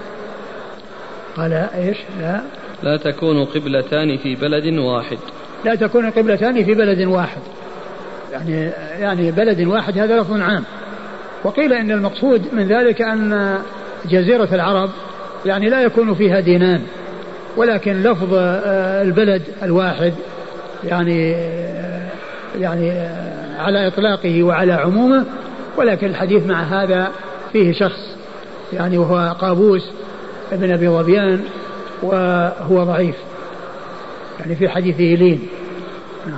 قال إيش؟ لا لا تكون قبلتان في بلد واحد لا تكون قبلتان في بلد واحد يعني يعني بلد واحد هذا لفظ عام. وقيل إن المقصود من ذلك أن جزيرة العرب يعني لا يكون فيها دينان، ولكن لفظ البلد الواحد يعني يعني على إطلاقه وعلى عمومه، ولكن الحديث مع هذا فيه شخص يعني وهو قابوس ابن أبي ظبيان وهو ضعيف يعني في حديثه لين. نعم.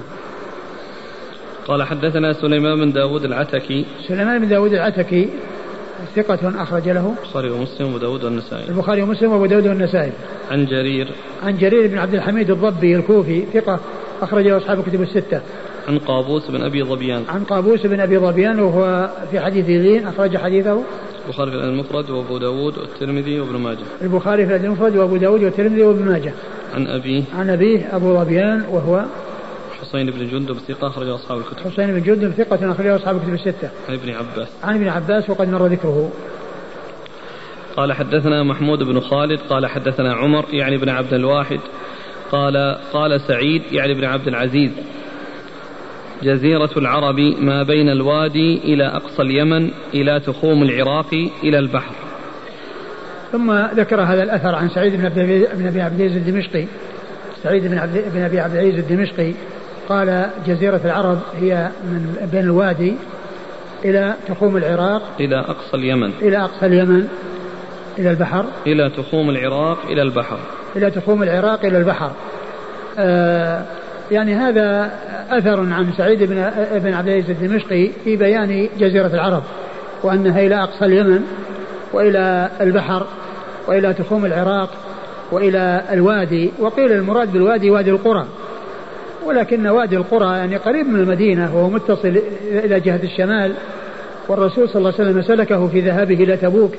قال حدثنا سليمان بن داود العتكي. سليمان بن داود العتكي ثقة أخرج له البخاري ومسلم وأبو داود والنسائي. البخاري ومسلم وأبو داود والنسائي. عن جرير. عن جرير بن عبد الحميد الضبي الكوفي ثقة أخرج له أصحاب الكتب الستة. عن قابوس بن أبي ظبيان. عن قابوس بن أبي ظبيان وهو في حديث لين أخرج حديثه البخاري في المفرد وأبو داود والترمذي وابن ماجه. البخاري في المفرد وأبو داود والترمذي وابن ماجه. عن أبيه. عن أبيه أبو ظبيان وهو حسين بن جندب ثقة أخرج أصحاب الكتب. حسين بن جندب ثقة أخرج أصحاب الكتب الستة. عن ابن عباس. عن ابن عباس وقد مر ذكره. قال حدثنا محمود بن خالد قال حدثنا عمر يعني بن عبد الواحد قال قال سعيد يعني بن عبد العزيز جزيرة العرب ما بين الوادي إلى أقصى اليمن إلى تخوم العراق إلى البحر. ثم ذكر هذا الأثر عن سعيد بن أبي عبد العزيز الدمشقي. سعيد بن بن أبي عبد العزيز الدمشقي قال جزيرة العرب هي من بين الوادي إلى تخوم العراق إلى أقصى اليمن إلى أقصى اليمن إلى البحر إلى تخوم العراق إلى البحر إلى تخوم العراق إلى البحر. آه يعني هذا أثر عن سعيد بن بن عبد العزيز الدمشقي في بيان جزيرة العرب وأنها إلى أقصى اليمن وإلى البحر وإلى تخوم العراق وإلى الوادي. وقيل المراد بالوادي وادي القرى، ولكن وادي القرى يعني قريب من المدينة وهو متصل إلى جهة الشمال، والرسول صلى الله عليه وسلم سلكه في ذهابه إلى تبوك،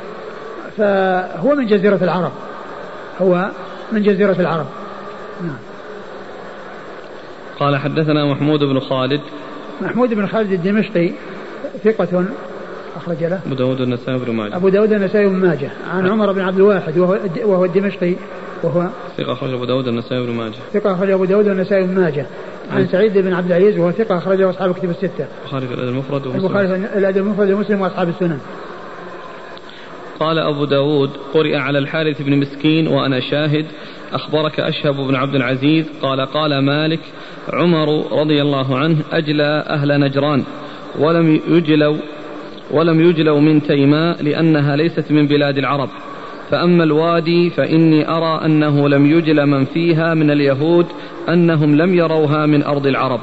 فهو من جزيرة العرب هو من جزيرة العرب. نعم. قال حدثنا محمود بن خالد. محمود بن خالد الدمشقي ثقة أخرج له أبو داود النسائي بن ماجه. أبو داود النسائي بن ماجه. عن عمر بن عبد الواحد وهو, وهو الدمشقي وهو ثقة أخرج أبو داود النسائي بن ماجه. ثقة أخرج أبو داود النسائي بن ماجه. عن سعيد بن عبد العزيز وهو ثقة أخرجه أصحاب الكتب الستة. البخاري في الأدب المفرد ومسلم. البخاري في الأدب المفرد ومسلم وأصحاب السنن. قال أبو داود قرئ على الحارث بن مسكين وأنا شاهد أخبرك أشهب بن عبد العزيز قال قال مالك عمر رضي الله عنه أجلى أهل نجران ولم يجلوا ولم يجلوا من تيماء لأنها ليست من بلاد العرب، فأما الوادي فإني أرى أنه لم يجل من فيها من اليهود أنهم لم يروها من أرض العرب.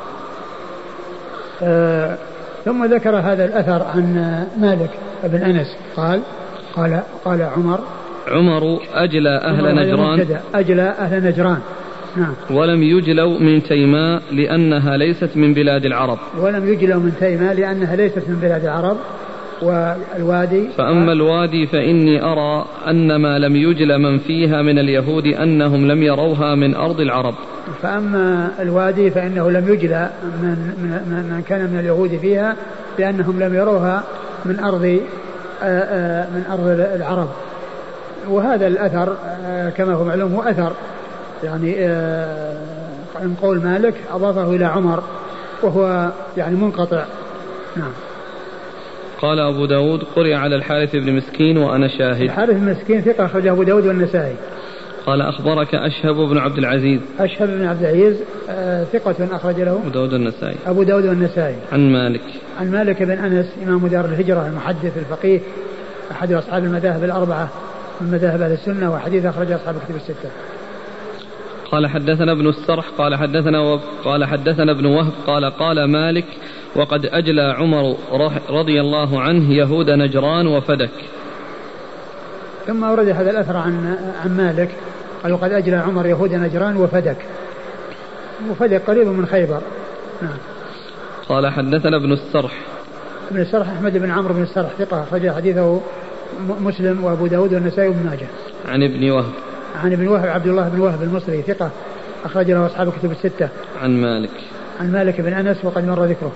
آه ثم ذكر هذا الأثر عن مالك بن أنس قال قال قال عمر عمر أجلى أهل نجران أجلى أهل نجران نعم. ولم يجلوا من تيماء لأنها ليست من بلاد العرب ولم يجلوا من تيماء لأنها ليست من بلاد العرب. والوادي فأما الوادي فإني أرى أن ما لم يجل من فيها من اليهود أنهم لم يروها من أرض العرب. فأما الوادي فإنه لم يجل من, من, من كان من اليهود فيها لأنهم لم يروها من أرض من أرض العرب. وهذا الأثر كما هو معلوم هو أثر يعني من قول مالك أضافه إلى عمر وهو يعني منقطع. نعم. قال أبو داود قرئ على الحارث بن مسكين وأنا شاهد. الحارث بن مسكين ثقة أخرجه أبو داود والنسائي. قال أخبرك أشهب بن عبد العزيز. أشهب بن عبد العزيز آه ثقة أخرج له أبو داود والنسائي. أبو داود والنسائي. عن مالك. عن مالك بن أنس إمام دار الهجرة المحدث الفقيه أحد أصحاب المذاهب الأربعة من مذاهب أهل السنة وحديث أخرج أصحاب الكتب الستة. قال حدثنا ابن السرح قال حدثنا و... قال حدثنا ابن وهب قال قال مالك وقد أجلى عمر رضي الله عنه يهود نجران وفدك. ثم أورد هذا الأثر عن عن مالك قال وقد أجلى عمر يهود نجران وفدك. وفدك قريب من خيبر. نعم. قال حدثنا ابن السرح. ابن السرح أحمد بن عمرو بن السرح ثقة أخرج حديثه مسلم وأبو داود والنسائي وابن ماجه. عن ابن وهب. عن ابن وهب عبد الله بن وهب المصري ثقة أخرج له أصحاب الكتب الستة. عن مالك. عن مالك بن أنس وقد مر ذكره.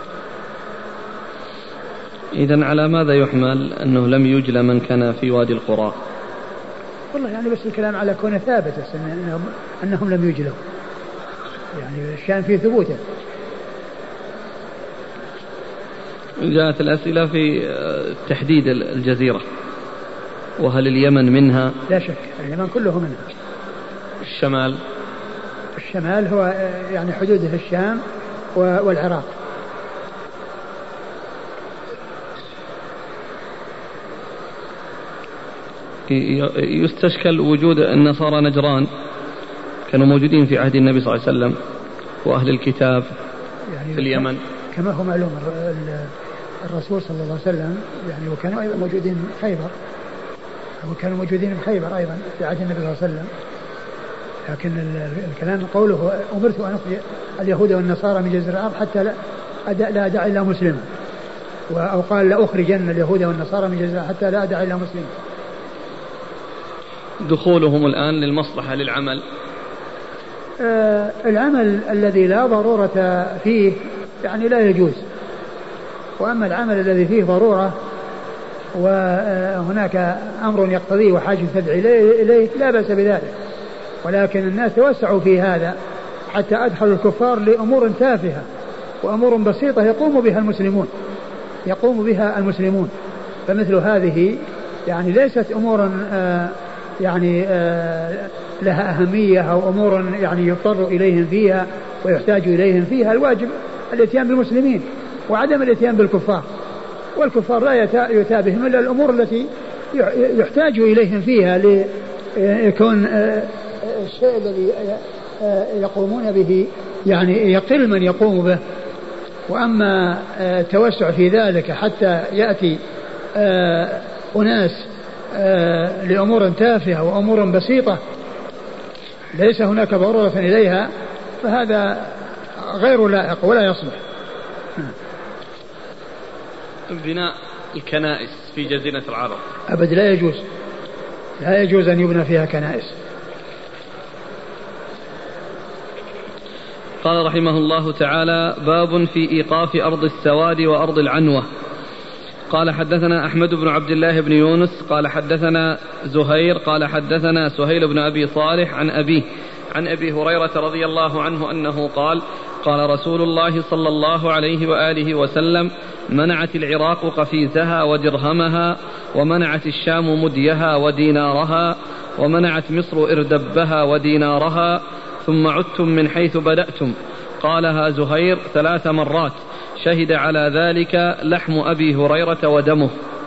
إذن على ماذا يحمل أنه لم يجل من كان في وادي القرى؟ والله يعني بس الكلام على كونه ثابت أنهم, أنهم لم يجلوا يعني الشان في ثبوته. جاءت الأسئلة في تحديد الجزيرة وهل اليمن منها؟ لا شك اليمن كله منها. الشمال؟ الشمال هو يعني حدوده الشام والعراق. يستشكل وجود النصارى نجران كانوا موجودين في عهد النبي صلى الله عليه وسلم وأهل الكتاب يعني في اليمن كما هو معلوم. الرسول صلى الله عليه وسلم يعني وكانوا أيضا موجودين في خيبر وكانوا موجودين في خيبر أيضا في عهد النبي صلى الله عليه وسلم. لكن الكلام قوله أمرت أن أخرج اليهود والنصارى من جزيرة الأرض حتى لا لا أدع إلا مسلما أو قال لأخرجن اليهود والنصارى من جزيرة حتى لا أدع إلا مسلما. دخولهم الآن للمصلحة للعمل آه العمل الذي لا ضرورة فيه يعني لا يجوز. وأما العمل الذي فيه ضرورة وهناك أمر يقتضيه وحاجة تدعي إليه لا بأس بذلك. ولكن الناس توسعوا في هذا حتى أدخلوا الكفار لأمور تافهة وأمور بسيطة يقوم بها المسلمون يقوم بها المسلمون فمثل هذه يعني ليست أمور آه يعني آه لها أهمية أو أمور يعني يضطر إليهم فيها ويحتاج إليهم فيها. الواجب الاتيان بالمسلمين وعدم الاتيان بالكفار. والكفار لا يؤتى بهم إلا الأمور التي يحتاج إليهم فيها ليكون الشيء الذي يقومون به يعني يقل من يقوم به. وأما التوسع في ذلك حتى يأتي أناس لأمور تافهة وأمور بسيطة ليس هناك ضرورة إليها فهذا غير لائق ولا يصلح. بناء الكنائس في جزيرة العرب أبد لا يجوز لا يجوز أن يبنى فيها كنائس. قال رحمه الله تعالى باب في إيقاف أرض السواد وأرض العنوة. قال حدثنا أحمد بن عبد الله بن يونس قال حدثنا زهير قال حدثنا سهيل بن أبي صالح عن أبيه عن أبي هريرة رضي الله عنه أنه قال قال رسول الله صلى الله عليه وآله وسلم منعت العراق قفيزها ودرهمها ومنعت الشام مديها ودينارها ومنعت مصر إردبها ودينارها ثم عدتم من حيث بدأتم. قالها زهير ثلاث مرات شهد على ذلك لحم أبي هريرة ودمه.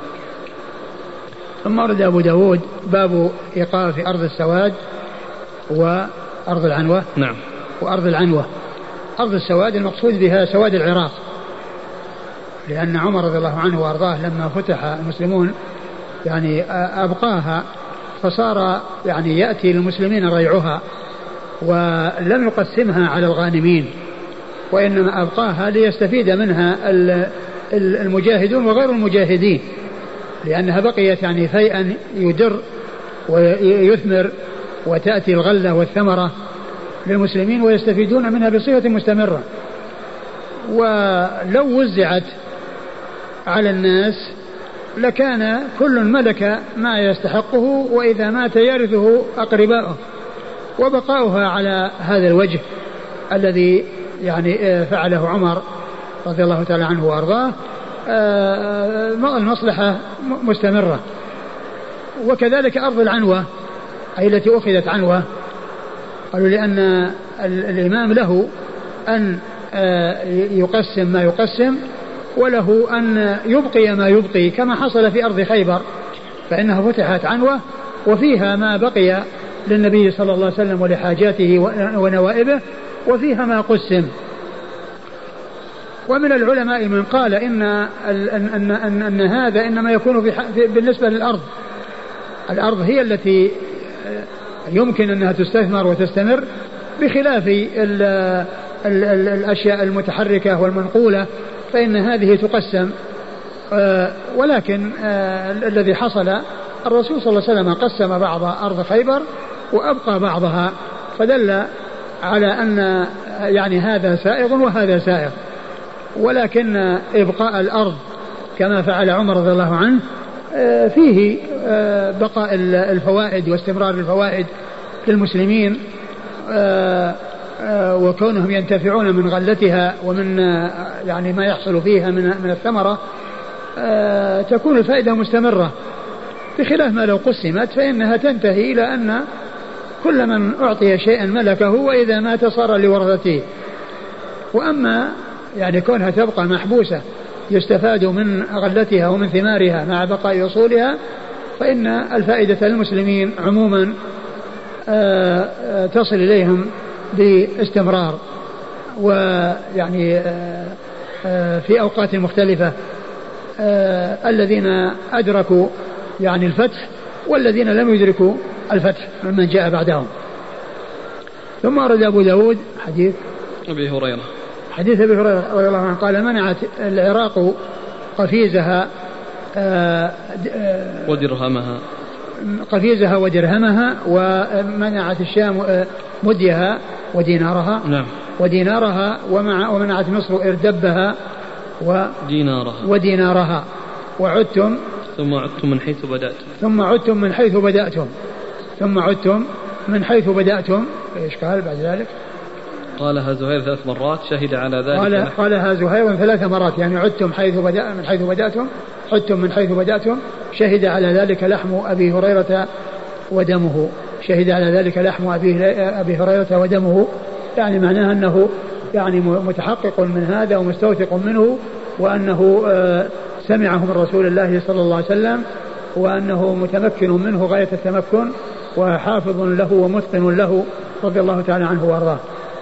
ثم ورد أبو داود باب إيقاف أرض السواد وأرض العنوة. نعم. وأرض العنوة أرض السواد المقصود بها سواد العراق لأن عمر رضي الله عنه وأرضاه لما فتح المسلمون يعني أبقاها فصار يعني يأتي للمسلمين ريعها ولم يقسمها على الغانمين وإنما أبقاها ليستفيد منها المجاهدون وغير المجاهدين لأنها بقيت يعني فيئا يدر ويثمر وتأتي الغلة والثمرة للمسلمين ويستفيدون منها بصفة مستمرة. ولو وزعت على الناس لكان كل ملك ما يستحقه وإذا مات يرثه أقرباؤه وبقاؤها على هذا الوجه الذي يعني فعله عمر رضي الله تعالى عنه وأرضاه المصلحة مستمرة. وكذلك أرض العنوة أي التي أخذت عنوة قالوا لأن الإمام له أن يقسم ما يقسم وله أن يبقي ما يبقي كما حصل في أرض خيبر فإنها فتحت عنوة وفيها ما بقي للنبي صلى الله عليه وسلم ولحاجاته ونوائبه وفيها ما قسم. ومن العلماء من قال إن, أن, أن, أن هذا إنما يكون في بالنسبة للأرض. الأرض هي التي يمكن أنها تستثمر وتستمر بخلاف ال ال ال الأشياء المتحركة والمنقولة فإن هذه تقسم. ولكن الذي حصل الرسول صلى الله عليه وسلم قسم بعض أرض خيبر وأبقى بعضها فدل على أن يعني هذا سائغ وهذا سائغ. ولكن إبقاء الأرض كما فعل عمر رضي الله عنه فيه بقاء الفوائد واستمرار الفوائد للمسلمين وكونهم ينتفعون من غلتها ومن يعني ما يحصل فيها من من الثمرة تكون الفائدة مستمرة بخلاف ما لو قسمت فإنها تنتهي إلى أن كل من أعطي شيئا ملكه وإذا مات صار لورثته. وأما يعني كونها تبقى محبوسة يستفاد من غلتها ومن ثمارها مع بقاء أصولها فإن الفائدة للمسلمين عموما تصل إليهم باستمرار ويعني في أوقات مختلفة الذين أدركوا يعني الفتح والذين لم يدركوا الفتح ممن جاء بعدهم. ثم أرد أبو داود حديث أبي هريرة حديث أبي هريرة رضي الله عنه قال منعت العراق قفيزها ودرهمها قفيزها ودرهمها ومنعت الشام مديها ودينارها نعم ودينارها ومع ومنعت مصر إردبها ودينارها ودينارها وعدتم ثم عدتم من حيث بدأتم ثم عدتم من حيث بدأتم ثم عدتم من حيث بدأتم. إيش قال بعد ذلك؟ قالها زهير ثلاث مرات شهد على ذلك قال قالها زهير ثلاث مرات يعني عدتم حيث بدأ من حيث بدأتم عدتم من حيث بدأتم شهد على ذلك لحم أبي هريرة ودمه شهد على ذلك لحم أبي, أبي هريرة ودمه يعني معناها أنه يعني متحقق من هذا ومستوثق منه وأنه سمعه من رسول الله صلى الله عليه وسلم وأنه متمكن منه غاية التمكن وحافظ له ومتقن له رضي الله تعالى عنه وارضاه.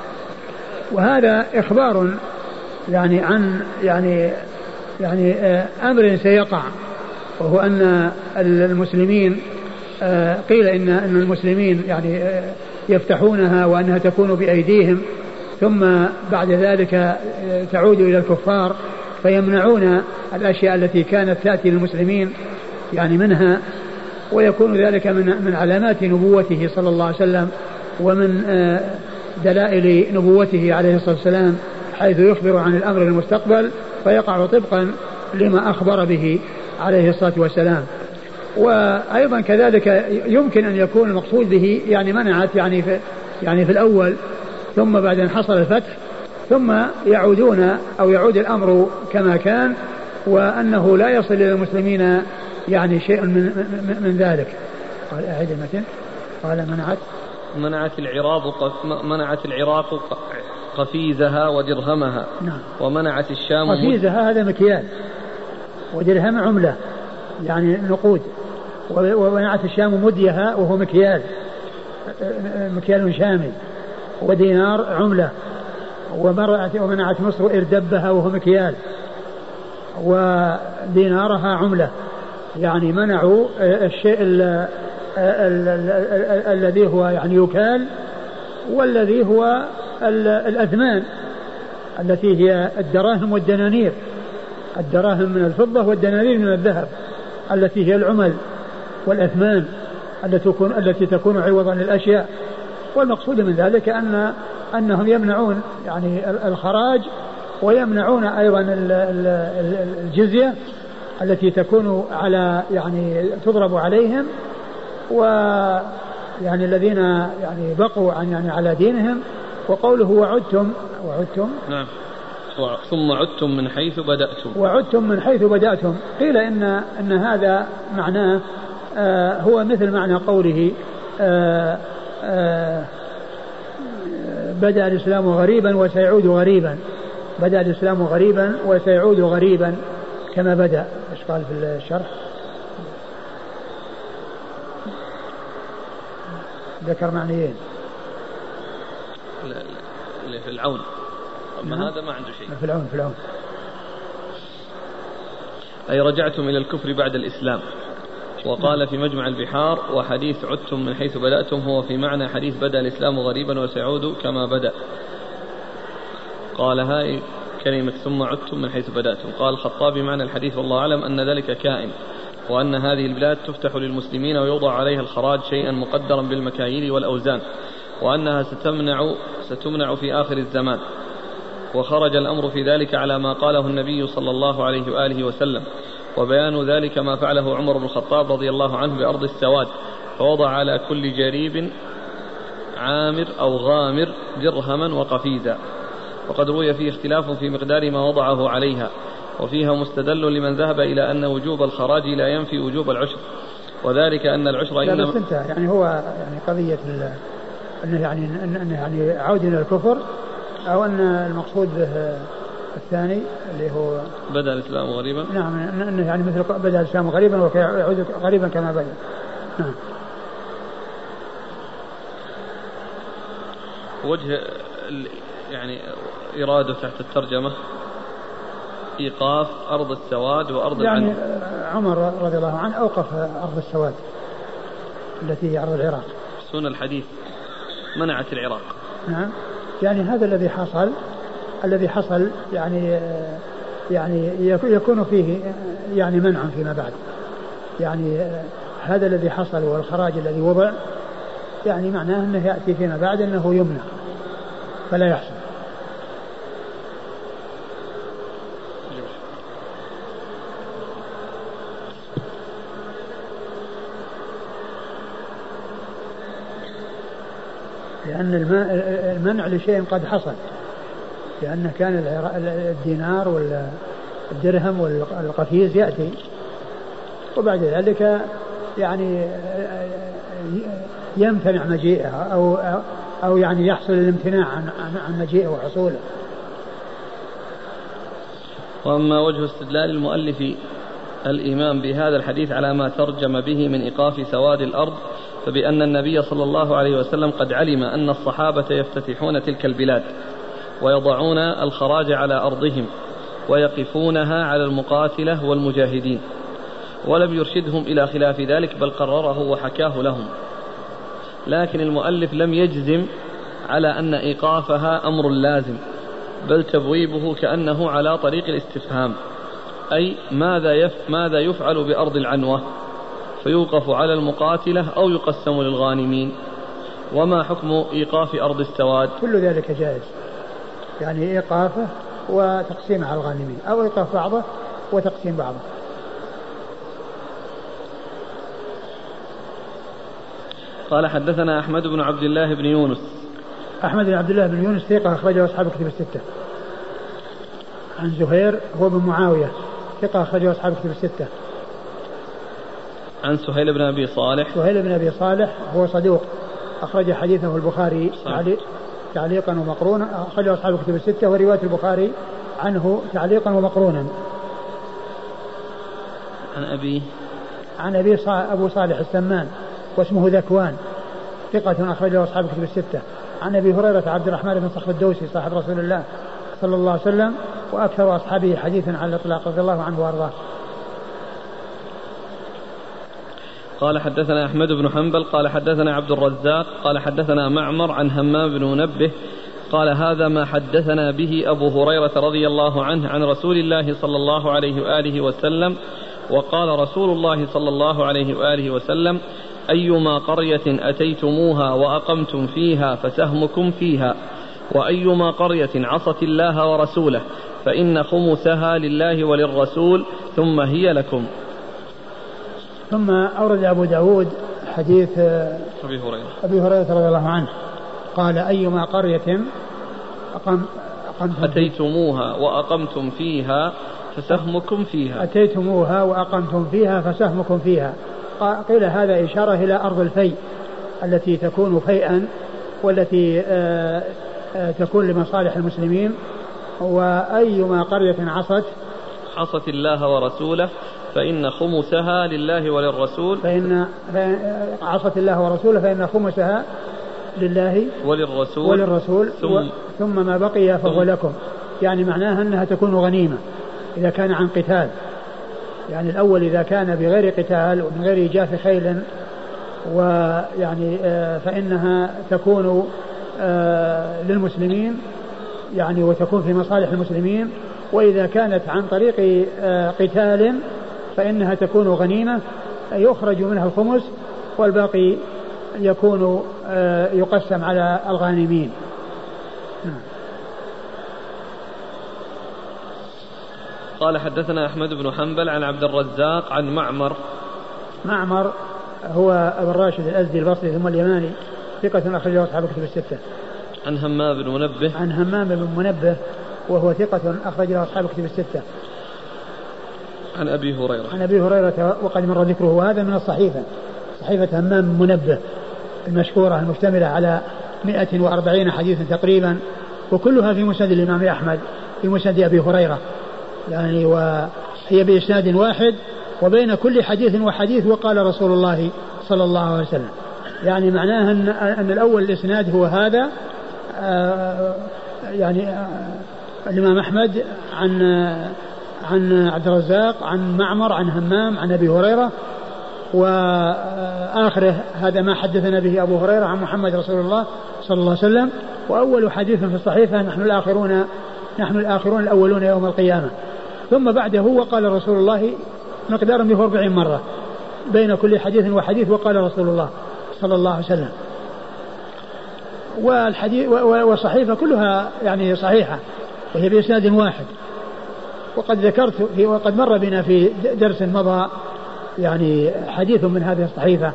وهذا إخبار يعني عن يعني يعني أمر سيقع وهو أن المسلمين قيل إن أن المسلمين يعني يفتحونها وأنها تكون بأيديهم ثم بعد ذلك تعود إلى الكفار فيمنعون الأشياء التي كانت تأتي للمسلمين يعني منها ويكون ذلك من من علامات نبوته صلى الله عليه وسلم ومن دلائل نبوته عليه الصلاة والسلام حيث يخبر عن الأمر المستقبل فيقع طبقا لما أخبر به عليه الصلاة والسلام. وأيضا كذلك يمكن أن يكون المقصود به يعني منعت يعني في يعني في الأول ثم بعد أن حصل الفتح ثم يعودون أو يعود الأمر كما كان وأنه لا يصل إلى المسلمين يعني شيء من, من, من ذلك. قال أعيد المتن قال منعت منعت العراق منعت العراق قفيزها ودرهمها نعم. ومنعت الشام قفيزها هذا مكيال ودرهم عملة يعني نقود ومنعت الشام مديها وهو مكيال مكيال شامي ودينار عملة ومنعت مصر إردبها وهو مكيال ودينارها عملة يعني منعوا الشيء الذي هو يعني يكال والذي هو الأثمان التي هي الدراهم والدنانير الدراهم من الفضة والدنانير من الذهب التي هي العمل والأثمان التي تكون التي تكون عوضا للأشياء. والمقصود من ذلك أن أنهم يمنعون يعني الخراج ويمنعون أيضا الجزية التي تكون على يعني تضرب عليهم ويعني الذين يعني بقوا عن يعني على دينهم وقوله وعدتم وعدتم نعم ثم عدتم من حيث بدأتم وعدتم من حيث بدأتم قيل إن, إن هذا معناه آه هو مثل معنى قوله آه آه بدأ الإسلام غريبا وسيعود غريبا بدأ الإسلام غريبا وسيعود غريبا كما بدأ. ايش قال في الشرح؟ ذكر معنيين اللي في العون، أما هذا ما عنده شيء. في العون في العون أي رجعتم إلى الكفر بعد الإسلام. وقال في مجمع البحار وحديث عدتم من حيث بدأتم هو في معنى حديث بدأ الإسلام غريبا وسيعود كما بدأ. قال هاي كلمة ثم عدتم من حيث بدأتم. قال الخطابي معنى الحديث والله أعلم أن ذلك كائن، وأن هذه البلاد تفتح للمسلمين ويوضع عليها الخراج شيئا مقدرا بالمكاييل والأوزان، وأنها ستمنع, ستمنع في آخر الزمان. وخرج الأمر في ذلك على ما قاله النبي صلى الله عليه وآله وسلم، وبيان ذلك ما فعله عمر بن الخطاب رضي الله عنه بأرض السواد، فوضع على كل جريب عامر أو غامر درهما وقفيزا. وقد روي فيه اختلاف في مقدار ما وضعه عليها، وفيها مستدل لمن ذهب إلى أن وجوب الخراج لا ينفي وجوب العشر، وذلك أن العشر إنما بس انتهى. يعني هو يعني قضية أنه يعني أنه يعني عود إلى الكفر، أو أن المقصود به الثاني اللي هو بدأ الإسلام غريبا. نعم أنه يعني مثل بدأ الإسلام غريبا ويعود غريبا كما بدأ. نعم. وجه يعني إرادة تحت الترجمة إيقاف أرض السواد وأرض يعني العنب. عمر رضي الله عنه أوقف أرض السواد التي هي أرض العراق. سنة الحديث منعت العراق. نعم. يعني هذا الذي حصل الذي حصل يعني يعني يكون فيه يعني منع فيما بعد. يعني هذا الذي حصل والخراج الذي وضع يعني معناه أنه يأتي فيما بعد أنه يمنع فلا يحصل. لأن المنع لشيء قد حصل، لأن كان الدينار والدرهم والقفيز يأتي، وبعد ذلك يعني يمتنع مجيئها أو أو يعني يحصل الامتناع عن عن مجيئه وحصوله. وأما وجه استدلال المؤلف الإمام بهذا الحديث على ما ترجم به من إيقاف سواد الأرض، فبأن النبي صلى الله عليه وسلم قد علم أن الصحابة يفتتحون تلك البلاد ويضعون الخراج على أرضهم ويقفونها على المقاتلة والمجاهدين، ولم يرشدهم إلى خلاف ذلك بل قرره وحكاه لهم. لكن المؤلف لم يجزم على أن إيقافها أمر لازم، بل تبويبه كأنه على طريق الاستفهام، أي ماذا يف ماذا يفعل بأرض العنوة، فيوقف على المقاتلة أو يقسم للغانمين، وما حكم إيقاف أرض السواد؟ كل ذلك جائز، يعني إيقافه وتقسيمه على الغانمين، أو إيقاف بعضه وتقسيم بعضه. قال حدثنا أحمد بن عبد الله بن يونس. أحمد بن عبد الله بن يونس ثقة أخرجه أصحاب الكتب الستة. عن زهير هو بن معاوية ثقة أخرجه أصحاب الكتب الستة. عن سهيل بن أبي صالح. سهيل بن أبي صالح هو صدوق أخرج حديثه البخاري تعليقا ومقرونا، أخرجه أصحاب الكتب الستة، ورواية البخاري عنه تعليقا ومقرونا. عن أبي عن أبي أبو صالح السمان واسمه ذكوان ثقة أخرجه أصحاب الكتب الستة. عن أبي هريرة عبد الرحمن بن صخر الدوسي صاحب رسول الله صلى الله عليه وسلم وأكثر أصحابه حديثا على الإطلاق رضي الله عنه وأرضاه. قال حدثنا أحمد بن حنبل قال حدثنا عبد الرزاق قال حدثنا معمر عن همام بن منبه قال هذا ما حدثنا به أبو هريرة رضي الله عنه عن رسول الله صلى الله عليه وآله وسلم. وقال رسول الله صلى الله عليه وآله وسلم أيما قرية أتيتموها وأقمتم فيها فسهمكم فيها، وأيما قرية عصت الله ورسوله فإن خمسها لله وللرسول ثم هي لكم. ثم أورد أبو داود حديث أبي هريرة أبي هريرة رضي الله عنه قال أيما قرية أقم أقمتم أتيتموها وأقمتم فيها فسهمكم فيها أتيتموها وأقمتم فيها فسهمكم فيها. قيل هذا إشارة إلى أرض الفيء التي تكون فيئا والتي آآ آآ تكون لمصالح المسلمين. وأيما قرية عصت عصت الله ورسوله فإن خمسها لله وللرسول فإن عصت الله ورسوله فإن خمسها لله وللرسول, وللرسول ثم, ثم ما بقي فهو لكم. يعني معناها أنها تكون غنيمة إذا كان عن قتال. يعني الأول إذا كان بغير قتال ومن غير إيجاف خيل ويعني فإنها تكون للمسلمين يعني وتكون في مصالح المسلمين. وإذا كانت عن طريق قتال فإنها تكون غنيمة يخرج منها الخمس والباقي يكون يقسم على الغانمين. قال حدثنا أحمد بن حنبل عن عبد الرزاق عن معمر. معمر هو أبو الراشد الأزدي البصري ثم اليماني ثقة أخرجه أصحاب الكتب الستة. عن همام بن منبه عن همام بن منبه وهو ثقة أخرجه أصحاب الكتب الستة. عن أبي هريرة عن أبي هريرة وقد مر ذكره. وهذا من الصحيفة صحيفة همام بن منبه المشهورة المشتملة على مئة وأربعين حديثا تقريبا وكلها في مسند الإمام أحمد في مسند أبي هريرة يعني وهي بإسناد واحد وبين كل حديث وحديث وقال رسول الله صلى الله عليه وسلم. يعني معناه أن, أن الأول الإسناد هو هذا آه يعني آه الإمام أحمد عن عن عبد الرزاق عن معمر عن همام عن أبي هريرة وآخره هذا ما حدثنا به أبو هريرة عن محمد رسول الله صلى الله عليه وسلم. وأول حديث في الصحيفة نحن الآخرون نحن الآخرون الأولون يوم القيامة. ثم بعده وقال رسول الله مقدار به أربعين مرة بين كل حديث وحديث وقال رسول الله صلى الله عليه وسلم. والحديث والصحيفة كلها يعني صحيحة وهي بإسناد واحد. وقد ذكرت في وقد مر بنا في درس مضى يعني حديث من هذه الصحيفة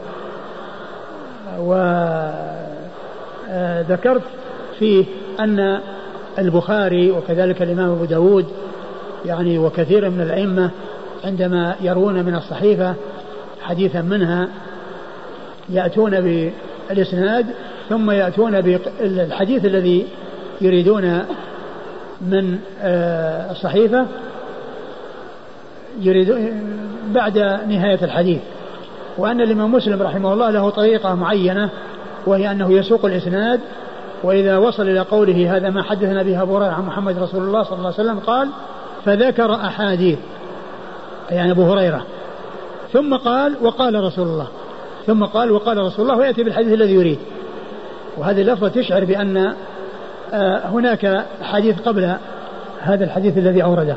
وذكرت فيه أن البخاري وكذلك الإمام أبو داود يعني وكثير من الأئمة عندما يروون من الصحيفة حديثا منها يأتون بالإسناد ثم يأتون بالحديث الذي يريدون من الصحيفة يريد بعد نهاية الحديث. وأن الإمام مسلم رحمه الله له طريقة معينة وهي أنه يسوق الإسناد وإذا وصل إلى قوله هذا ما حدثنا به أبو هريرة عن محمد رسول الله صلى الله عليه وسلم قال فذكر أحاديث يعني أبو هريرة ثم قال وقال رسول الله ثم قال وقال رسول الله ويأتي بالحديث الذي يريد. وهذه اللفظة تشعر بأن هناك حديث قبل هذا الحديث الذي أورده.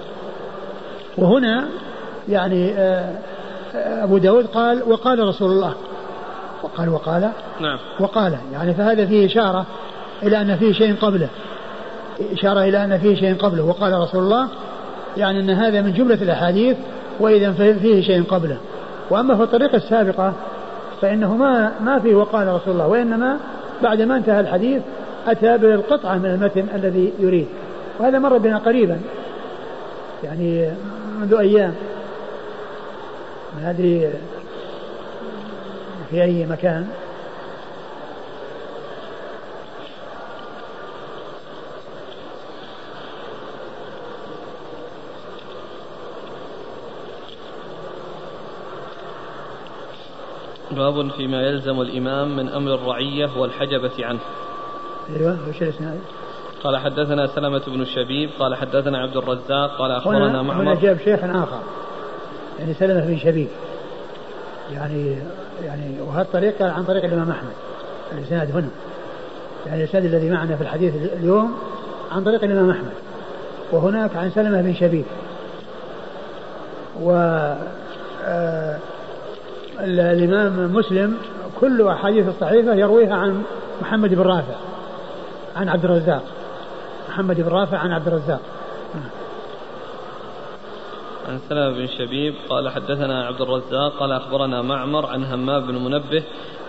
وهنا يعني أبو داود قال وقال رسول الله وقال وقال نعم وقال يعني فهذا فيه إشارة إلى أن فيه شيء قبله إشارة إلى أن فيه شيء قبله وقال رسول الله يعني أن هذا من جملة الأحاديث وإذا فيه شيء قبله. وأما في الطريقة السابقة فإنه ما ما فيه وقال رسول الله وإنما بعد ما انتهى الحديث أتى بالقطعة من المتن الذي يريد. وهذا مر بنا قريبا يعني منذ أيام ما أدري في أي مكان. باب فيما يلزم الإمام من أمر الرعية والحجبة عنه. أيوة وش الإسناد؟ قال حدثنا سلمة بن شبيب قال حدثنا عبد الرزاق قال أخبرنا معمر. هنا جاب شيخ آخر يعني سلمة بن شبيب يعني يعني وهذه الطريقة عن طريق الإمام أحمد الإسناد هنا يعني الإسناد الذي معنا في الحديث اليوم عن طريق الإمام أحمد وهناك عن سلمة بن شبيب. و آه الإمام مسلم كل أحاديث الصحيفة يرويها عن محمد بن رافع عن عبد الرزاق محمد بن رافع عن عبد الرزاق. عن سلمة بن شبيب قال حدثنا عبد الرزاق قال أخبرنا معمر عن همام بن منبه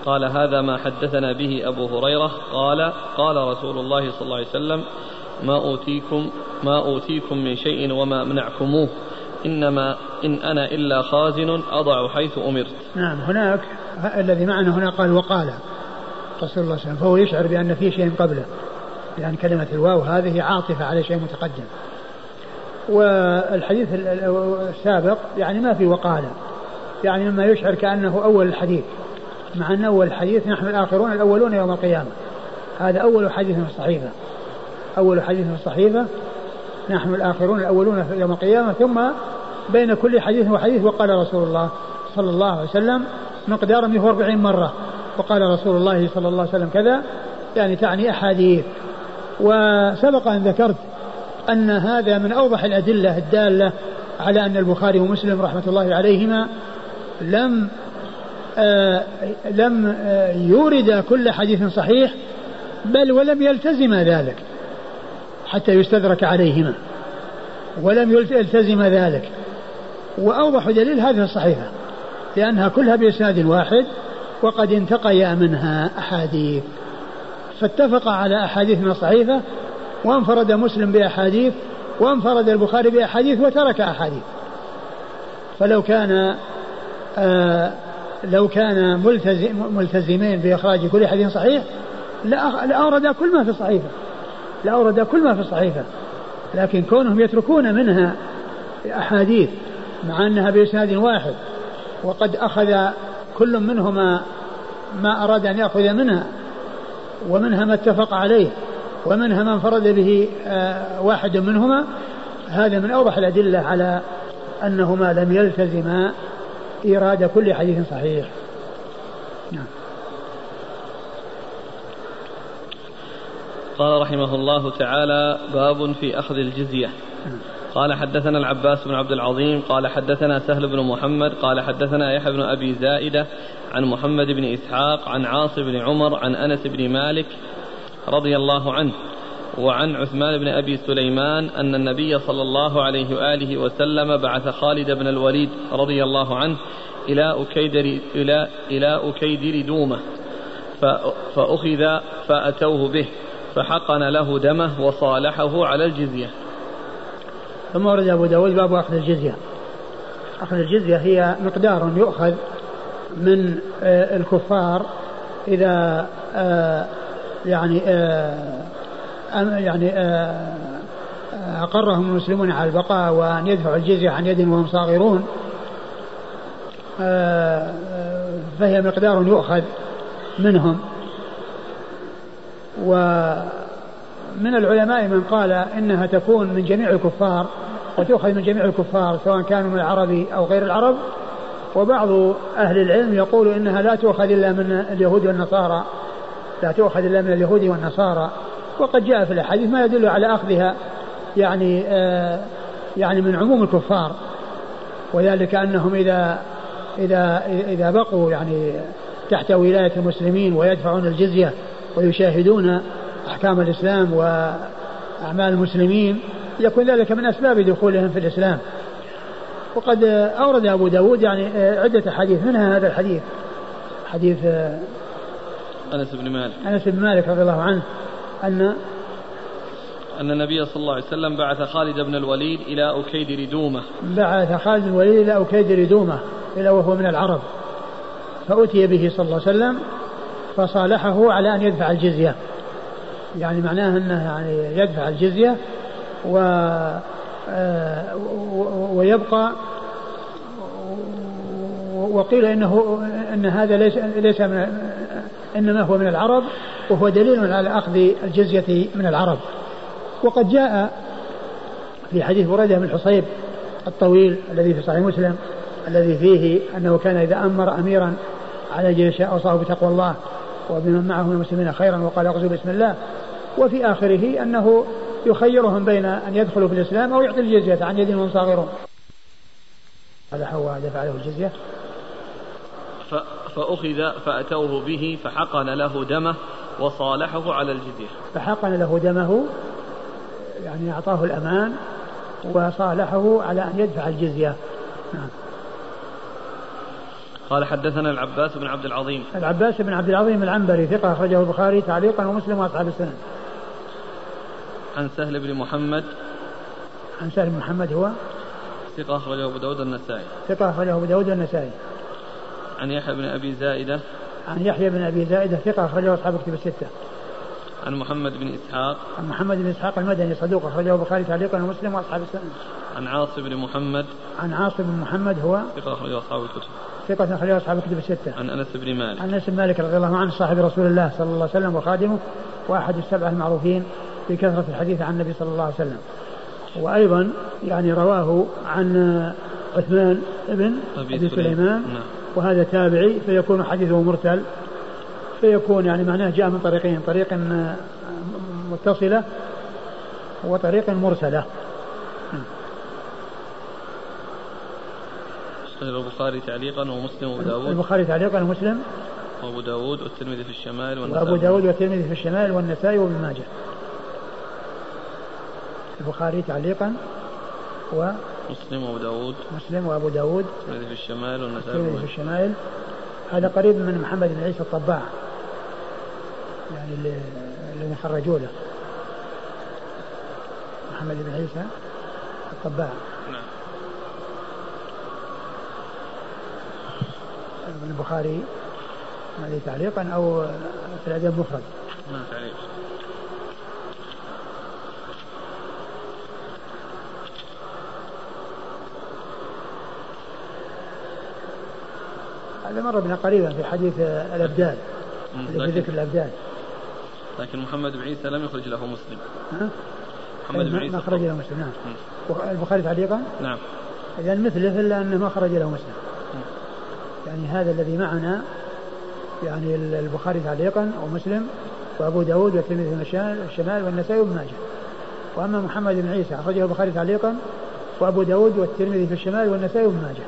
قال هذا ما حدثنا به أبو هريرة قال قال رسول الله صلى الله عليه وسلم ما أوتيكم ما أوتيكم من شيء وما منعكموه إنما إن أنا إلا خازن أضع حيث أمرت. نعم هناك الذي معنا هنا قال وقال رسول الله صلى الله عليه وسلم فهو يشعر بأن في شيء قبله لأن كلمة الواو هذه عاطفة على شيء متقدم. والحديث السابق يعني ما في وقال يعني مما يشعر كأنه أول الحديث مع أن أول الحديث نحن الآخرون الأولون يوم القيامة. هذا أول حديث في الصحيفة أول حديث في الصحيفة نحن الآخرون الأولون يوم القيامة. ثم بين كل حديث وحديث وقال رسول الله صلى الله عليه وسلم مقدار مئة وأربعين مرة وقال رسول الله صلى الله عليه وسلم كذا يعني تعني أحاديث. وسبق أن ذكرت أن هذا من أوضح الأدلة الدالة على أن البخاري ومسلم رحمة الله عليهما لم آه لم آه يورد كل حديث صحيح بل ولم يلتزم ذلك حتى يستدرك عليهما ولم يلتزم ذلك. وأوضح دليل هذه الصحيفة لأنها كلها بإسناد واحد وقد انتقيا منها أحاديث فاتفق على أحاديث من الصحيفة وانفرد مسلم بأحاديث وانفرد البخاري بأحاديث وترك أحاديث. فلو كان آه لو كان ملتزم ملتزمين بإخراج كل حديث صحيح لأورد كل ما في الصحيفة لأورد كل ما في الصحيفة لكن كونهم يتركون منها أحاديث مع أنها بإسناد واحد وقد أخذ كل منهما ما أراد أن يأخذ منها ومنها ما اتفق عليه ومنها ما انفرد به آه واحد منهما هذا من أوضح الأدلة على أنهما لم يلتزما إيراد كل حديث صحيح. نعم. قال رحمه الله تعالى باب في أخذ الجزية. قال حدثنا العباس بن عبد العظيم قال حدثنا سهل بن محمد قال حدثنا يحيى بن أبي زائدة عن محمد بن إسحاق عن عاص بن عمر عن أنس بن مالك رضي الله عنه وعن عثمان بن أبي سليمان أن النبي صلى الله عليه وآله وسلم بعث خالد بن الوليد رضي الله عنه إلى أكيدر, إلى إلى أكيدر دومة فأخذ فأتوه به فحقن له دمه وصالحه على الجزية. ثم ورد أبو داود باب أخذ الجزية. أخذ الجزية هي مقدار يؤخذ من الكفار إذا يعني يعني أقرهم المسلمون على البقاء وأن يدفعوا الجزية عن يد وهم صاغرون فهي مقدار يؤخذ منهم. ومن العلماء من قال إنها تكون من جميع الكفار وتؤخذ من جميع الكفار سواء كانوا من العرب أو غير العرب. وبعض أهل العلم يقول إنها لا تؤخذ إلا من اليهود والنصارى لا تؤخذ إلا من اليهود والنصارى. وقد جاء في الحديث ما يدل على أخذها يعني آه يعني من عموم الكفار وذلك أنهم إذا إذا إذا بقوا يعني تحت ولاية المسلمين ويدفعون الجزية ويشاهدون أحكام الإسلام وأعمال المسلمين يكون ذلك من أسباب دخولهم في الإسلام. وقد أورد أبو داود يعني عدة حديث منها هذا الحديث حديث أنس بن مالك أنس بن مالك رضي الله عنه أن أن النبي صلى الله عليه وسلم بعث خالد بن الوليد إلى أكيدر دومة بعث خالد بن الوليد إلى أكيدر دومة إلى وهو من العرب فأتي به صلى الله عليه وسلم فصالحه على أن يدفع الجزية يعني معناه أنه يعني يدفع الجزية و ويبقى. وقيل إنه إن هذا ليس ليس من إنما هو من العرب وهو دليل على أخذ الجزية من العرب. وقد جاء في حديث بريدة بن الحصيب الطويل الذي في صحيح مسلم الذي فيه أنه كان إذا أمر أميرا على جيش أوصاه بتقوى الله وبمن معه من المسلمين خيرا وقال اغزوا بسم الله وفي آخره أنه يخيرهم بين أن يدخلوا في الإسلام أو يعطي الجزية عن يد وهم صاغرون. هذا هو دفع له الجزية. فأخذ فأتوه به فحقن له دمه وصالحه على الجزية. فحقن له دمه يعني أعطاه الأمان وصالحه على أن يدفع الجزية. نعم. قال حدثنا العباس بن عبد العظيم. العباس بن عبد العظيم العنبري ثقة أخرجه البخاري تعليقا ومسلم وأصحاب السنن. عن سهل بن محمد. عن سهل بن محمد هو ثقة أخرجه أبو داود النسائي. ثقة أخرجه أبو داود النسائي. عن يحيى بن أبي زائدة. عن يحيى بن أبي زائدة ثقة أخرجه أصحاب الكتب الستة. عن محمد بن إسحاق. عن محمد بن إسحاق المدني صدوق أخرجه البخاري تعليقا ومسلم وأصحاب السنن. عن عاصم بن محمد. عن عاصم بن محمد هو ثقة أخرجه أصحاب الكتب. ثقة أخرجه أصحاب الكتب الستة. عن أنس بن مالك. عن أنس بن مالك رضي الله عنه صاحب رسول الله صلى الله عليه وسلم وخادمه وأحد السبعة المعروفين بكثرة الحديث عن النبي صلى الله عليه وسلم. وأيضا يعني رواه عن عثمان بن أبي سليمان. نعم. وهذا تابعي فيكون حديثه مرسل فيكون يعني معناه جاء من طريقين طريق متصلة وطريق مرسلة. البخاري تعليقا ومسلم وابو داود. البخاري تعليقا ومسلم وابو داود والترمذي في الشمال والنسائي. وابو داود والترمذي في الشمال والنسائي وابن ماجه. البخاري تعليقا و مسلم وابو داود. مسلم وابو داود. الترمذي في الشمال والنسائي. الترمذي في الشمال. هذا قريب من محمد بن عيسى الطباع يعني الذي خرجوا له محمد بن عيسى الطباع. نعم. البخاري هذه تعليقا أو في الأدب مفرد. نعم تعليق. هذا مر بنا قريبا في حديث الأبدال في ذكر الأبدال. لكن محمد بن عيسى لم يخرج له مسلم. ها؟ محمد بن عيسى ما خرج له مسلم. نعم. البخاري تعليقا. نعم. إذا مثله إلا أنه ما خرج له مسلم. يعني هذا الذي معنا يعني البخاري تعليقا ومسلم وأبو داود والترمذي في الشمال والنسائي وابن ماجه. وأما محمد بن عيسى أخرجه البخاري تعليقا وأبو داود والترمذي في الشمال والنسائي وابن ماجه.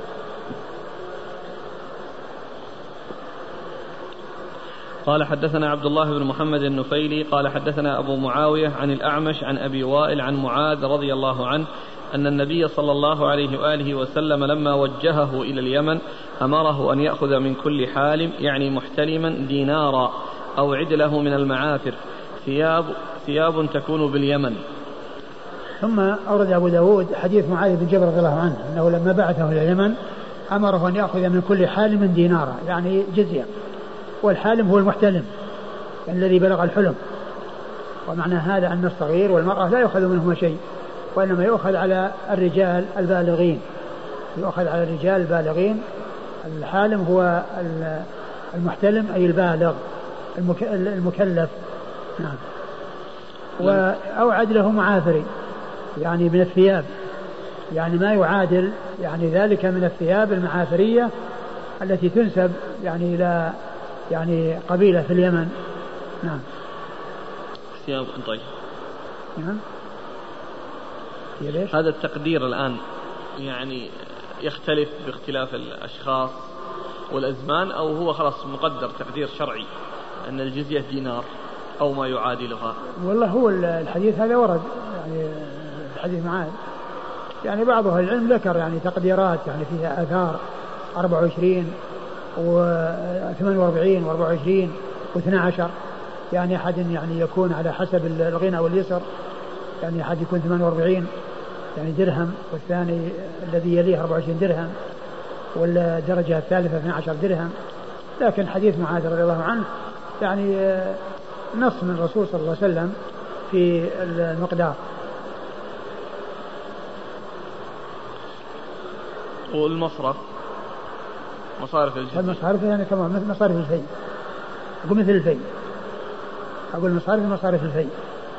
قال حدثنا عبد الله بن محمد النفيلي قال حدثنا أبو معاوية عن الأعمش عن أبي وائل عن معاذ رضي الله عنه أن النبي صلى الله عليه وآله وسلم لما وجهه إلى اليمن أمره أن يأخذ من كل حالم يعني محتلما دينارا أو عدله من المعافر ثياب, ثياب تكون باليمن. ثم أورد أبو داود حديث معاذ بن جبل رضي الله عنه أنه لما بعثه إلى اليمن أمره أن يأخذ من كل حالم دينارا يعني جزية. والحالم هو المحتلم الذي بلغ الحلم. ومعنى هذا أن الصغير والمرأة لا يؤخذ منهما شيء وإنما يؤخذ على الرجال البالغين يؤخذ على الرجال البالغين. الحالم هو المحتلم أي البالغ المكلف. نعم. أو عدله معافري يعني من الثياب يعني ما يعادل يعني ذلك من الثياب المعافرية التي تنسب يعني إلى يعني قبيلة في اليمن. نعم. ثياب طيب. نعم. هذا التقدير الآن يعني يختلف باختلاف الأشخاص والأزمان أو هو خلاص مقدر تقدير شرعي أن الجزية دينار أو ما يعادلها؟ والله هو الحديث هذا ورد يعني الحديث معاذ يعني بعض أهل العلم ذكر يعني تقديرات يعني فيها آثار أربعة وعشرين وثمان وأربعين وأربعة وعشرين واثنى عشر يعني أحد يعني يكون على حسب الغنى واليسر يعني أحد يكون ثمان وأربعين يعني درهم والثاني الذي يليه أربعة وعشرين درهم والدرجة الثالثة اثنى عشر درهم. لكن حديث معاذ رضي الله عنه يعني نص من الرسول صلى الله عليه وسلم في المقدار. والمصرف مصارف الجزية المصارف يعني كمان مثل مصارف الفي أقول مثل الفي أقول مصارف مصارف الفي.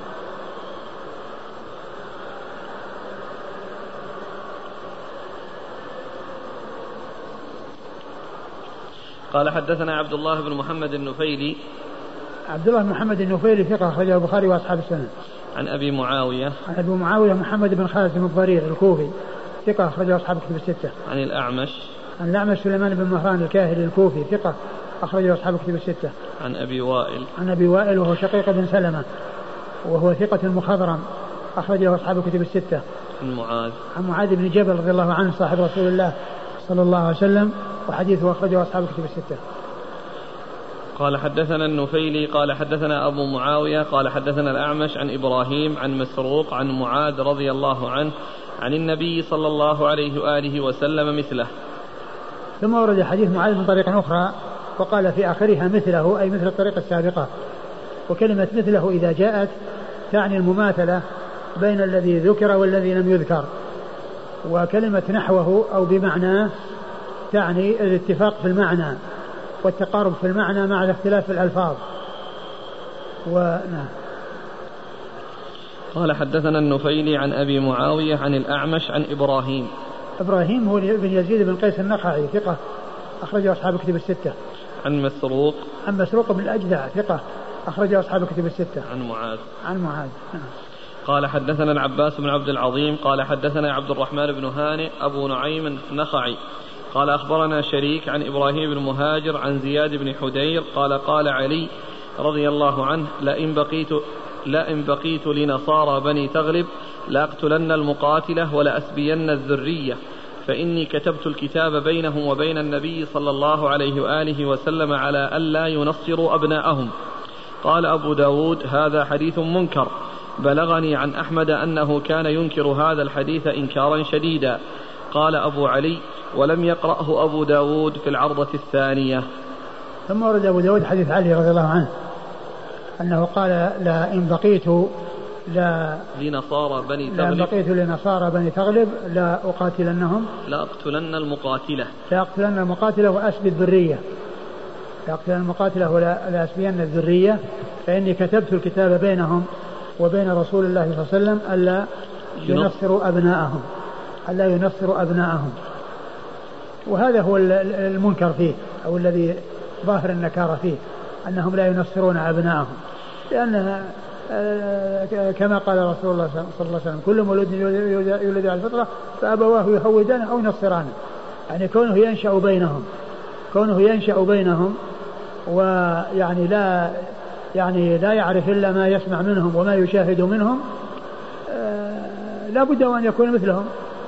قال حدثنا عبد الله بن محمد النفيلي. عبد الله بن محمد النفيلي ثقة أخرجه البخاري وأصحاب السنن. عن أبي معاوية. عن أبي معاوية محمد بن خازم الضرير الكوفي ثقة أخرجه أصحاب الكتب الستة. عن الأعمش. عن الأعمش سليمان بن مهران الكاهلي الكوفي ثقة أخرجه أصحاب الكتب الستة. عن أبي وائل. عن أبي وائل وهو شقيق بن سلمة وهو ثقة مخضرم أخرجه أصحاب الكتب الستة. عن معاذ. عن معاذ بن جبل رضي الله عنه صاحب رسول الله صلى الله عليه وسلم وحديثه أخرجه أصحاب الكتب الستة. قال حدثنا النفيلي قال حدثنا أبو معاوية قال حدثنا الأعمش عن إبراهيم عن مسروق عن معاذ رضي الله عنه عن النبي صلى الله عليه وآله وسلم مثله. ثم ورد حديث معاذ من طريق أخرى وقال في آخرها مثله أي مثل الطريقة السابقة. وكلمة مثله إذا جاءت تعني المماثلة بين الذي ذكر والذي لم يذكر، وكلمة نحوه أو بمعناه تعني الاتفاق في المعنى والتقارب في المعنى مع الاختلاف في الألفاظ. ونعم. قال حدثنا النفيلي عن أبي معاوية عن الأعمش عن إبراهيم. إبراهيم هو بن يزيد بن قيس النخعي ثقة أخرجه أصحاب الكتب الستة. عن مسروق عن مسروق بن الأجدع ثقة أخرجه أصحاب الكتب الستة. عن معاذ عن معاذ. قال حدثنا العباس بن عبد العظيم قال حدثنا عبد الرحمن بن هانئ أبو نعيم النخعي قال أخبرنا شريك عن إبراهيم بن مهاجر عن زياد بن حدير قال قال علي رضي الله عنه لئن بقيت, لئن بقيت لنصارى بني تغلب لأقتلن المقاتلة ولأسبين الذرية فإني كتبت الكتاب بينهم وبين النبي صلى الله عليه وآله وسلم على ألا ينصروا أبناءهم. قال أبو داود هذا حديث منكر بلغني عن أحمد أنه كان ينكر هذا الحديث إنكارا شديدا. قال أبو علي ولم يقرأه أبو داود في العرضة الثانية. ثم ورد أبو داود حديث علي رضي الله عنه أنه قال لا إن بقيت لا لنصارى بني تغلب لا بقيت لنصارى بني تغلب لا أقاتلنهم لا أقتلن المقاتلة لا أقتلن المقاتلة وأسبي الذرية لا أقتلن المقاتلة ولا أسبين الذرية فإني كتبت الكتاب بينهم وبين رسول الله صلى الله عليه وسلم ألا ينصروا أبناءهم ألا ينصروا أبناءهم. وهذا هو المنكر فيه أو الذي ظاهر النكارة فيه أنهم لا ينصرون أبناءهم لأن كما قال رسول الله صلى الله عليه وسلم كل مولود يولد على الفطرة فأبواه يهودانه أو ينصرانه يعني كونه ينشأ بينهم كونه ينشأ بينهم ويعني لا يعني لا يعرف إلا ما يسمع منهم وما يشاهد منهم لا بد أن يكون مثلهم.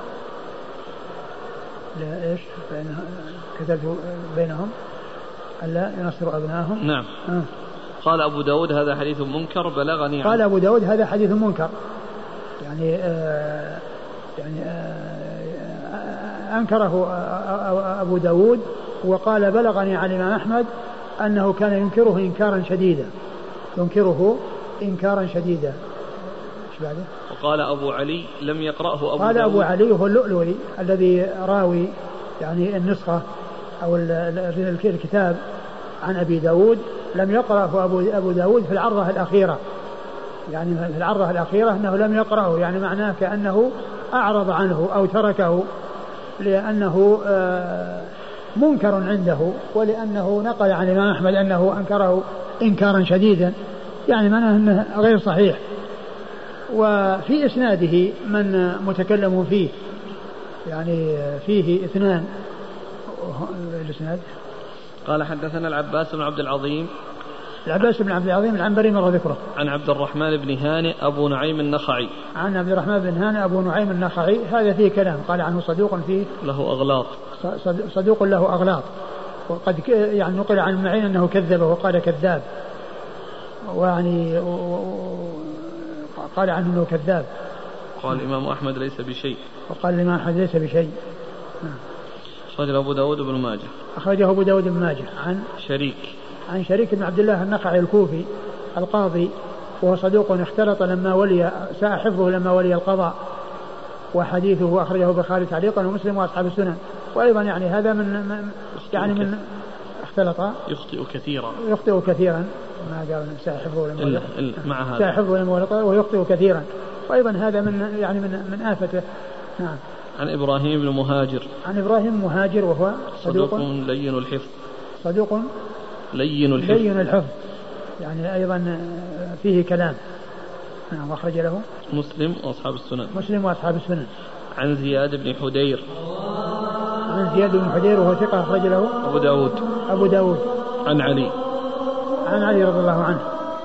لا إيش كتبت بينهم ألا ينصروا أبنائهم. نعم. آه. قال أبو داود هذا حديث منكر بلغني قال أبو داود هذا حديث منكر يعني آه يعني آه أنكره أبو داود وقال بلغني عن الإمام أحمد أنه كان ينكره إنكارا شديدا ينكره إنكارا شديدا. إيش بعده؟ وقال أبو علي لم يقرأه أبو قال داود. أبو علي هو اللؤلؤي الذي راوي يعني النسخة أو الكتاب عن أبي داود لم يقرأه أبو, أبو داود في العرضة الأخيرة يعني في العرضة الأخيرة أنه لم يقرأه يعني معناه كأنه أعرض عنه أو تركه لأنه منكر عنده ولأنه نقل عن الإمام أحمد أنه أنكره إنكارا شديدا يعني معناه أنه غير صحيح. وفي إسناده من متكلم فيه يعني فيه اثنان. الإسناد قال حدثنا العباس بن عبد العظيم العباس بن عبد العظيم العنبري مر ذكره. عن عبد الرحمن بن هانئ أبو نعيم النخعي عن عبد الرحمن بن هانئ أبو نعيم النخعي هذا فيه كلام قال عنه صدوق فيه له أغلاط صدوق له أغلاط وقد يعني نقل عن معين أنه كذب وقال كذاب ويعني قال عنه أنه كذاب. قال الإمام أحمد ليس بشيء وقال الإمام أحمد ليس بشيء. أخرجه أبو داود بن ماجه أخرجه أبو داود بن ماجه عن شريك عن شريك بن عبد الله النخعي الكوفي القاضي وهو صدوق اختلط لما ولي ساء حفظه لما ولي القضاء وحديثه أخرجه البخاري تعليقا ومسلم وأصحاب السنن. وأيضا يعني هذا من يعني من اختلط يخطئ كثيرا يخطئ كثيرا ما قال ساء حفظه لما إلا إلا مع هذا ساء حفظه لما ولي ويخطئ كثيرا وأيضا هذا من يعني من من آفته. نعم. عن إبراهيم بن مهاجر عن إبراهيم مهاجر وهو صدوق لين الحفظ صدوق لين الحفظ لين الحفظ يعني أيضا فيه كلام. نعم. وأخرج له مسلم وأصحاب السنن مسلم وأصحاب السنن. عن زياد بن حدير عن زياد بن حدير وهو ثقة أخرج له أبو داود أبو داود. عن علي عن علي رضي الله عنه.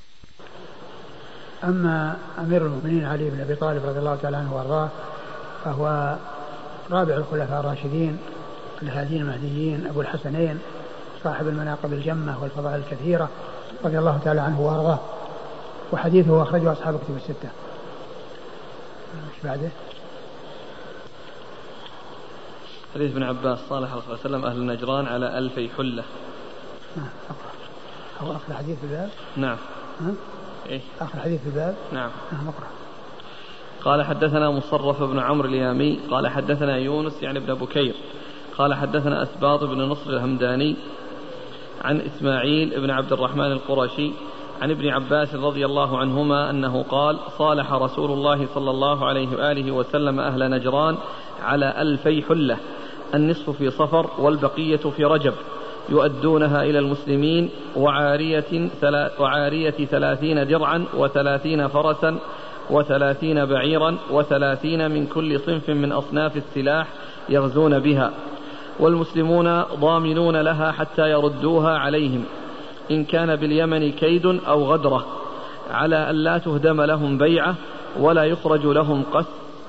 أما أمير المؤمنين علي بن أبي طالب رضي الله تعالى عنه وأرضاه فهو رابع الخلفاء الراشدين الهادين المهديين أبو الحسنين صاحب المناقب الجمة والفضائل الكثيرة رضي الله تعالى عنه وأرضاه. وحديثه أخرجه أصحاب كتب الستة. ايش بعده؟ حديث ابن عباس صالح صلى الله عليه وسلم أهل نجران على ألفي حلة. نعم أقرأ. أو آخر حديث في الباب. نعم. ها؟ إيه؟ آخر حديث في الباب. نعم. نعم أقرأ. قال حدثنا مصرف بن عمرو اليامي قال حدثنا يونس يعني ابن بكير قال حدثنا أسباط بن نصر الهمداني عن إسماعيل بن عبد الرحمن القرشي عن ابن عباس رضي الله عنهما أنه قال صالح رسول الله صلى الله عليه وآله وسلم أهل نجران على ألفي حلة النصف في صفر والبقية في رجب يؤدونها إلى المسلمين وعارية, وعارية ثلاثين درعا وثلاثين فرسا وثلاثين بعيرا وثلاثين من كل صنف من أصناف السلاح يغزون بها والمسلمون ضامنون لها حتى يردوها عليهم إن كان باليمن كيد أو غدرة على أن لا تهدم لهم بيعة ولا يخرج لهم قس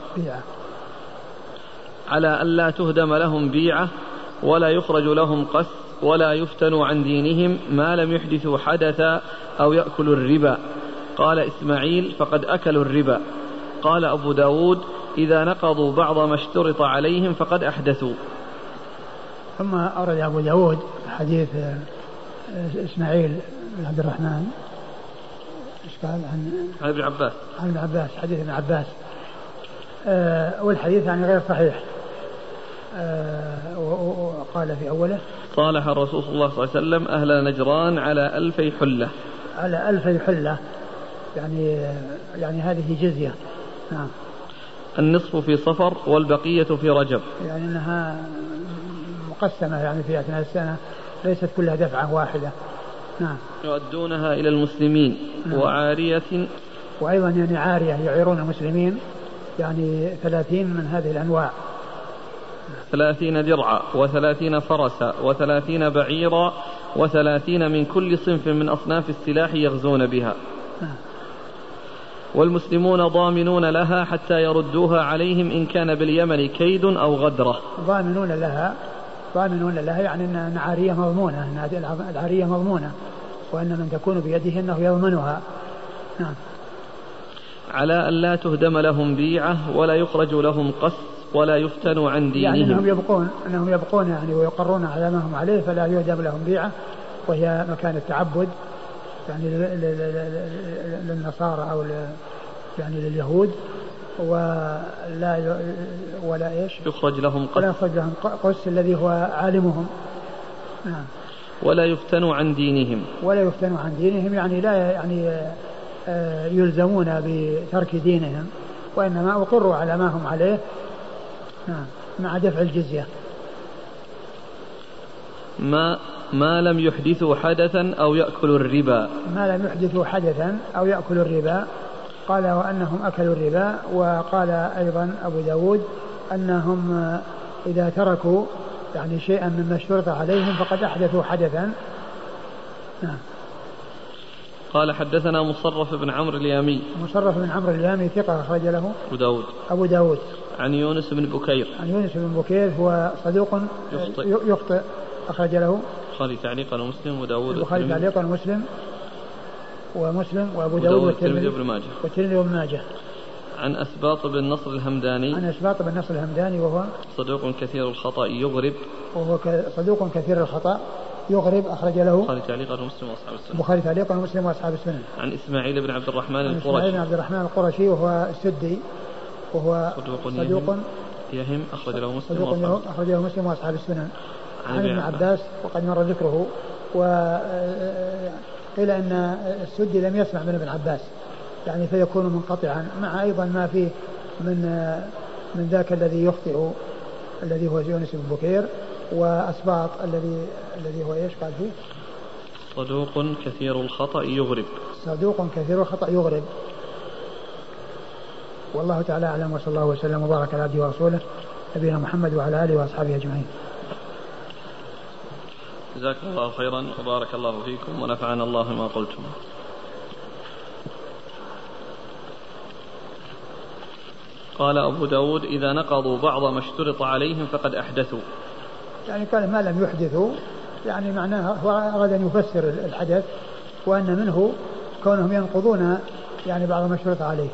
على أن لا تهدم لهم بيعة ولا يخرج لهم قس ولا يفتنوا عن دينهم ما لم يحدثوا حدثا أو يأكلوا الربا. قال إسماعيل فقد أكلوا الربا. قال أبو داود إذا نقضوا بعض ما اشترط عليهم فقد أحدثوا. ثم أورد أبو داود حديث إسماعيل بن عبد الرحمن إيش قال عن عن ابن عباس عن ابن عباس حديث ابن عباس أه والحديث يعني غير صحيح. أه وقال في أوله صالح الرسول صلى الله عليه وسلم أهل نجران على ألفي حلة على ألفي حلة يعني يعني هذه جزية. نعم. النصف في صفر والبقية في رجب يعني أنها مقسمة يعني في أثناء السنة ليست كلها دفعة واحدة. نعم. يؤدونها إلى المسلمين. نعم. وعارية وأيضا يعني عارية يعيرون المسلمين يعني ثلاثين من هذه الأنواع ثلاثين درعا وثلاثين فرسا وثلاثين بعيرا وثلاثين من كل صنف من أصناف السلاح يغزون بها. نعم. والمسلمون ضامنون لها حتى يردوها عليهم إن كان باليمن كيد أو غدرة. ضامنون لها ضامنون لها يعني أن عارية مضمونة أن هذه العارية مضمونة وأن من تكون بيده أنه يضمنها. نعم. على أن لا تهدم لهم بيعة ولا يخرج لهم قس ولا يفتنوا عن دينهم يعني أنهم يبقون أنهم يبقون يعني ويقرون على ما هم عليه فلا يهدم لهم بيعة وهي مكان التعبد يعني للنصارى أو يعني لليهود ولا ولا إيش يخرج لهم قس ولا يخرج لهم قس الذي هو عالمهم. نعم. ولا يفتنوا عن دينهم ولا يفتنوا عن دينهم يعني لا يعني يلزمون بترك دينهم وإنما أقروا على ما هم عليه. نعم. مع دفع الجزية ما ما لم يحدثوا حدثا أو يأكلوا الربا. ما لم يحدثوا حدثا أو يأكلوا الربا. قال وأنهم أكلوا الربا. وقال أيضا أبو داود أنهم إذا تركوا يعني شيئا مما اشترط عليهم فقد أحدثوا حدثا. نعم. قال حدثنا مصرف بن عمرو اليامي. مصرف بن عمرو اليامي ثقة أخرج له أبو داود. أبو داود. عن يونس بن بكير. عن يونس بن بكير هو صدوق يخطئ, يخطئ أخرج له البخاري تعليقا ومسلم وداود البخاري تعليقا ومسلم ومسلم وأبو داود والترمذي وابن ماجه والترمذي وابن ماجه. عن أسباط بن نصر الهمداني. عن أسباط بن نصر الهمداني وهو صدوق كثير الخطأ يغرب. وهو صدوق كثير الخطأ يغرب أخرج له البخاري تعليقا ومسلم وأصحاب السنن. البخاري تعليقا ومسلم وأصحاب السنن. عن إسماعيل بن عبد الرحمن عن القرشي. إسماعيل بن عبد الرحمن القرشي وهو السدي وهو صدوق, صدوق يهم أخرج له مسلم صدوق أخرج له مسلم وأصحاب السنن. عن ابن عباس وقد مر ذكره. وقيل أن السدي لم يسمع من ابن عباس يعني فيكون منقطعا مع أيضا ما فيه من من ذاك الذي يخطئ الذي هو يونس بن بكير وأسباط الذي الذي هو ايش قال فيه صدوق كثير الخطأ يغرب. صدوق كثير الخطأ يغرب. والله تعالى أعلم وصلى الله وسلم وبارك على عبده ورسوله نبينا محمد وعلى آله وأصحابه أجمعين. جزاكم الله خيرا وبارك الله فيكم ونفعنا الله ما قلتم. قال أبو داود إذا نقضوا بعض ما اشترط عليهم فقد أحدثوا. يعني قال ما لم يحدثوا، يعني معناها هو أراد أن يفسر الحدث، وأن منه كونهم ينقضون يعني بعض ما اشترط عليه.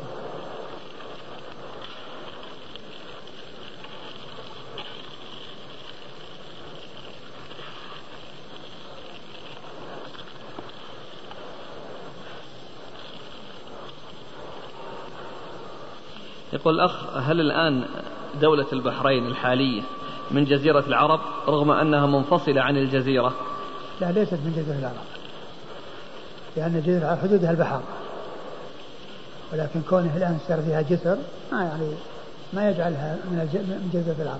يقول الأخ: هل الآن دولة البحرين الحالية من جزيرة العرب رغم أنها منفصلة عن الجزيرة؟ لا، ليست من جزيرة العرب، لأن جزيرة العرب حدودها البحر، ولكن كونه الآن صار فيها جسر ما يعني ما يجعلها من جزيرة العرب.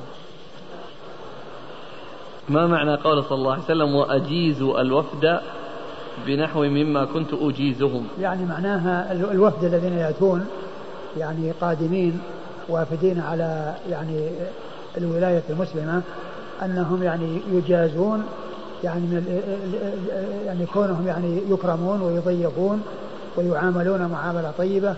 ما معنى قول صلى الله عليه وسلم: وأجيز الوفد بنحو مما كنت أجيزهم؟ يعني معناها الوفد الذين يأتون يعني قادمين وافدين على يعني الولاية المسلمة أنهم يعني يجازون، يعني من يعني كونهم يعني يكرمون ويضيفون ويعاملون معاملة طيبة.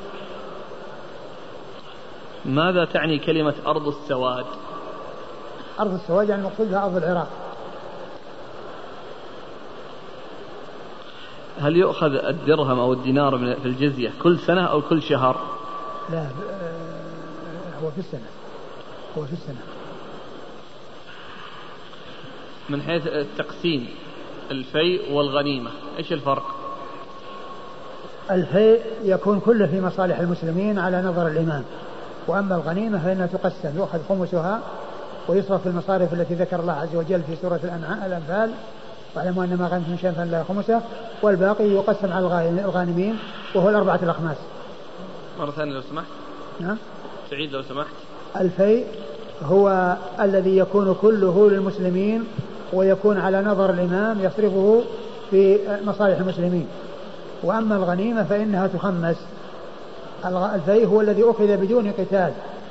ماذا تعني كلمة أرض السواد؟ أرض السواد يعني مقصودها أرض العراق. هل يؤخذ الدرهم أو الدينار في الجزية كل سنة أو كل شهر؟ لا، هو في السنة هو في السنة من حيث التقسيم الفيء والغنيمة إيش الفرق؟ الفيء يكون كله في مصالح المسلمين على نظر الإمام، وأما الغنيمة فإنها تقسم، يؤخذ خمسها ويصرف في المصارف التي ذكر الله عز وجل في سورة الأنفال: واعلموا أن ما غنمتم من شيء فإن له خمسه، والباقي يقسم على الغانمين وهو الأربعة الأخماس. مرة ثانية لو سمحت. نعم سعيد لو سمحت. الفيء هو الذي يكون كله للمسلمين ويكون على نظر الإمام يصرفه في مصالح المسلمين، وأما الغنيمة فإنها تخمس. الفيء هو الذي أخذ بدون قتال،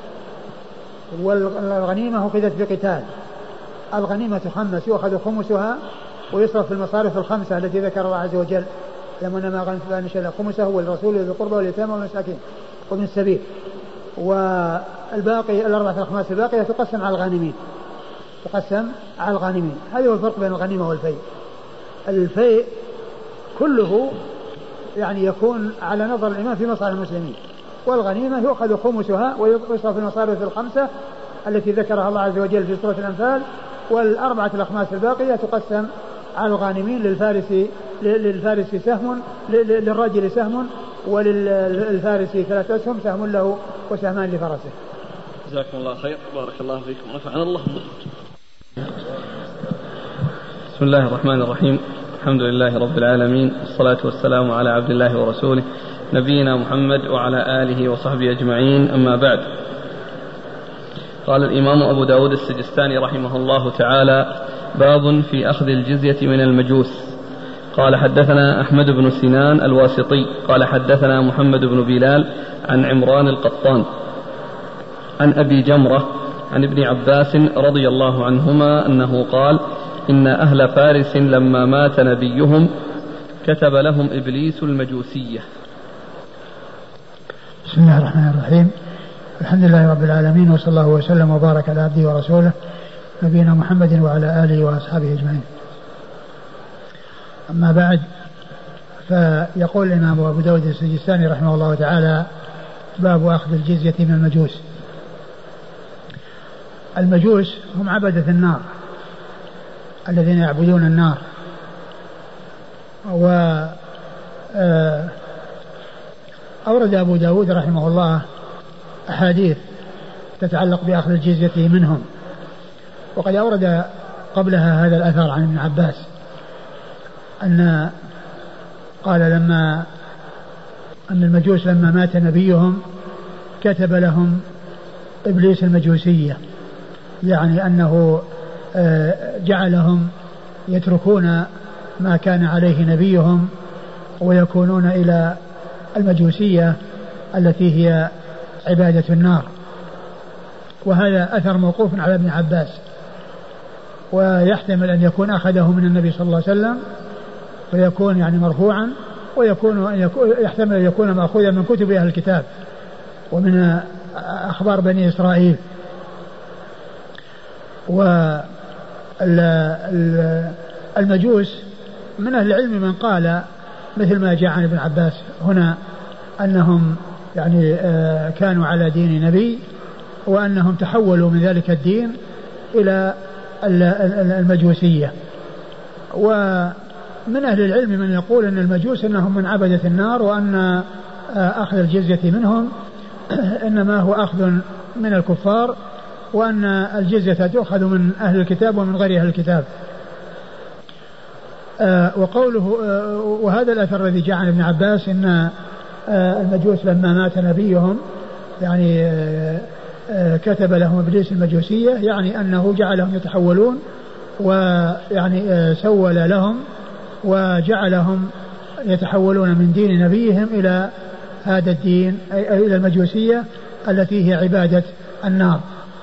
والغنيمة أخذت بقتال. الغنيمة تخمس، يؤخذ خمسها ويصرف في المصارف الخمسة التي ذكر الله عز وجل: لما ما غنمتم فإن شاء خمسه والرسول ذي القربى واليتامى والمساكين وابن السبيل، والباقي الأربعة الأخماس الباقية تقسم على الغانمين تقسم على الغانمين. هذا هو الفرق بين الغنيمة والفيء. الفيء كله يعني يكون على نظر الإمام في مصالح المسلمين، والغنيمة يؤخذ خمسها ويصرف في المصارف الخمسة التي ذكرها الله عز وجل في سورة الأنفال، والأربعة الأخماس الباقية تقسم على الغانمين: للفارس للفارس سهم، للرجل سهم، وللفارس ثلاثة أسهم، سهم له وسهمان لفرسه. جزاكم الله خير، بارك الله فيكم، نفعنا الله. بسم الله الرحمن الرحيم، الحمد لله رب العالمين، والصلاة والسلام على عبد الله ورسوله نبينا محمد وعلى آله وصحبه أجمعين، أما بعد. قال الإمام أبو داود السجستاني رحمه الله تعالى: باب في أخذ الجزية من المجوس. قال: حدثنا أحمد بن سنان الواسطي قال حدثنا محمد بن بلال عن عمران القطان عن أبي جمرة عن ابن عباس رضي الله عنهما أنه قال: إن أهل فارس لما مات نبيهم كتب لهم إبليس المجوسية. بسم الله الرحمن الرحيم، الحمد لله رب العالمين، وصلى الله وسلم وبارك على عبده ورسوله نبينا محمد وعلى آله وأصحابه أجمعين. أما بعد، فيقول الإمام أبو داود السجستاني رحمه الله تعالى: باب أخذ الجزية من المجوس. المجوس هم عبدة النار الذين يعبدون النار، وأورد أبو داود رحمه الله أحاديث تتعلق بأخذ الجزية منهم، وقد أورد قبلها هذا الأثر عن ابن عباس أن قال لما أن المجوس لما مات نبيهم كتب لهم إبليس المجوسية، يعني أنه جعلهم يتركون ما كان عليه نبيهم ويكونون إلى المجوسية التي هي عبادة النار. وهذا أثر موقوف على ابن عباس، ويحتمل أن يكون أخذه من النبي صلى الله عليه وسلم فيكون يعني مرفوعا، ويكون يحتمل أن يكون مأخوذا من كتب أهل الكتاب ومن أخبار بني إسرائيل. المجوس من أهل العلم من قال مثل ما جاء عن ابن عباس هنا أنهم يعني كانوا على دين نبي وأنهم تحولوا من ذلك الدين إلى المجوسية. ومن أهل العلم من يقول أن المجوس أنهم من عبدة النار وأن أخذ الجزية منهم إنما هو أخذ من الكفار وأن الجزية تؤخذ من أهل الكتاب ومن غير أهل الكتاب. وقوله وهذا الأثر الذي جاء عن ابن عباس إن المجوس لما مات نبيهم يعني كتب لهم إبليس المجوسية يعني أنه جعلهم يتحولون ويعني سول لهم وجعلهم يتحولون من دين نبيهم إلى هذا الدين إلى المجوسية التي هي عبادة النار.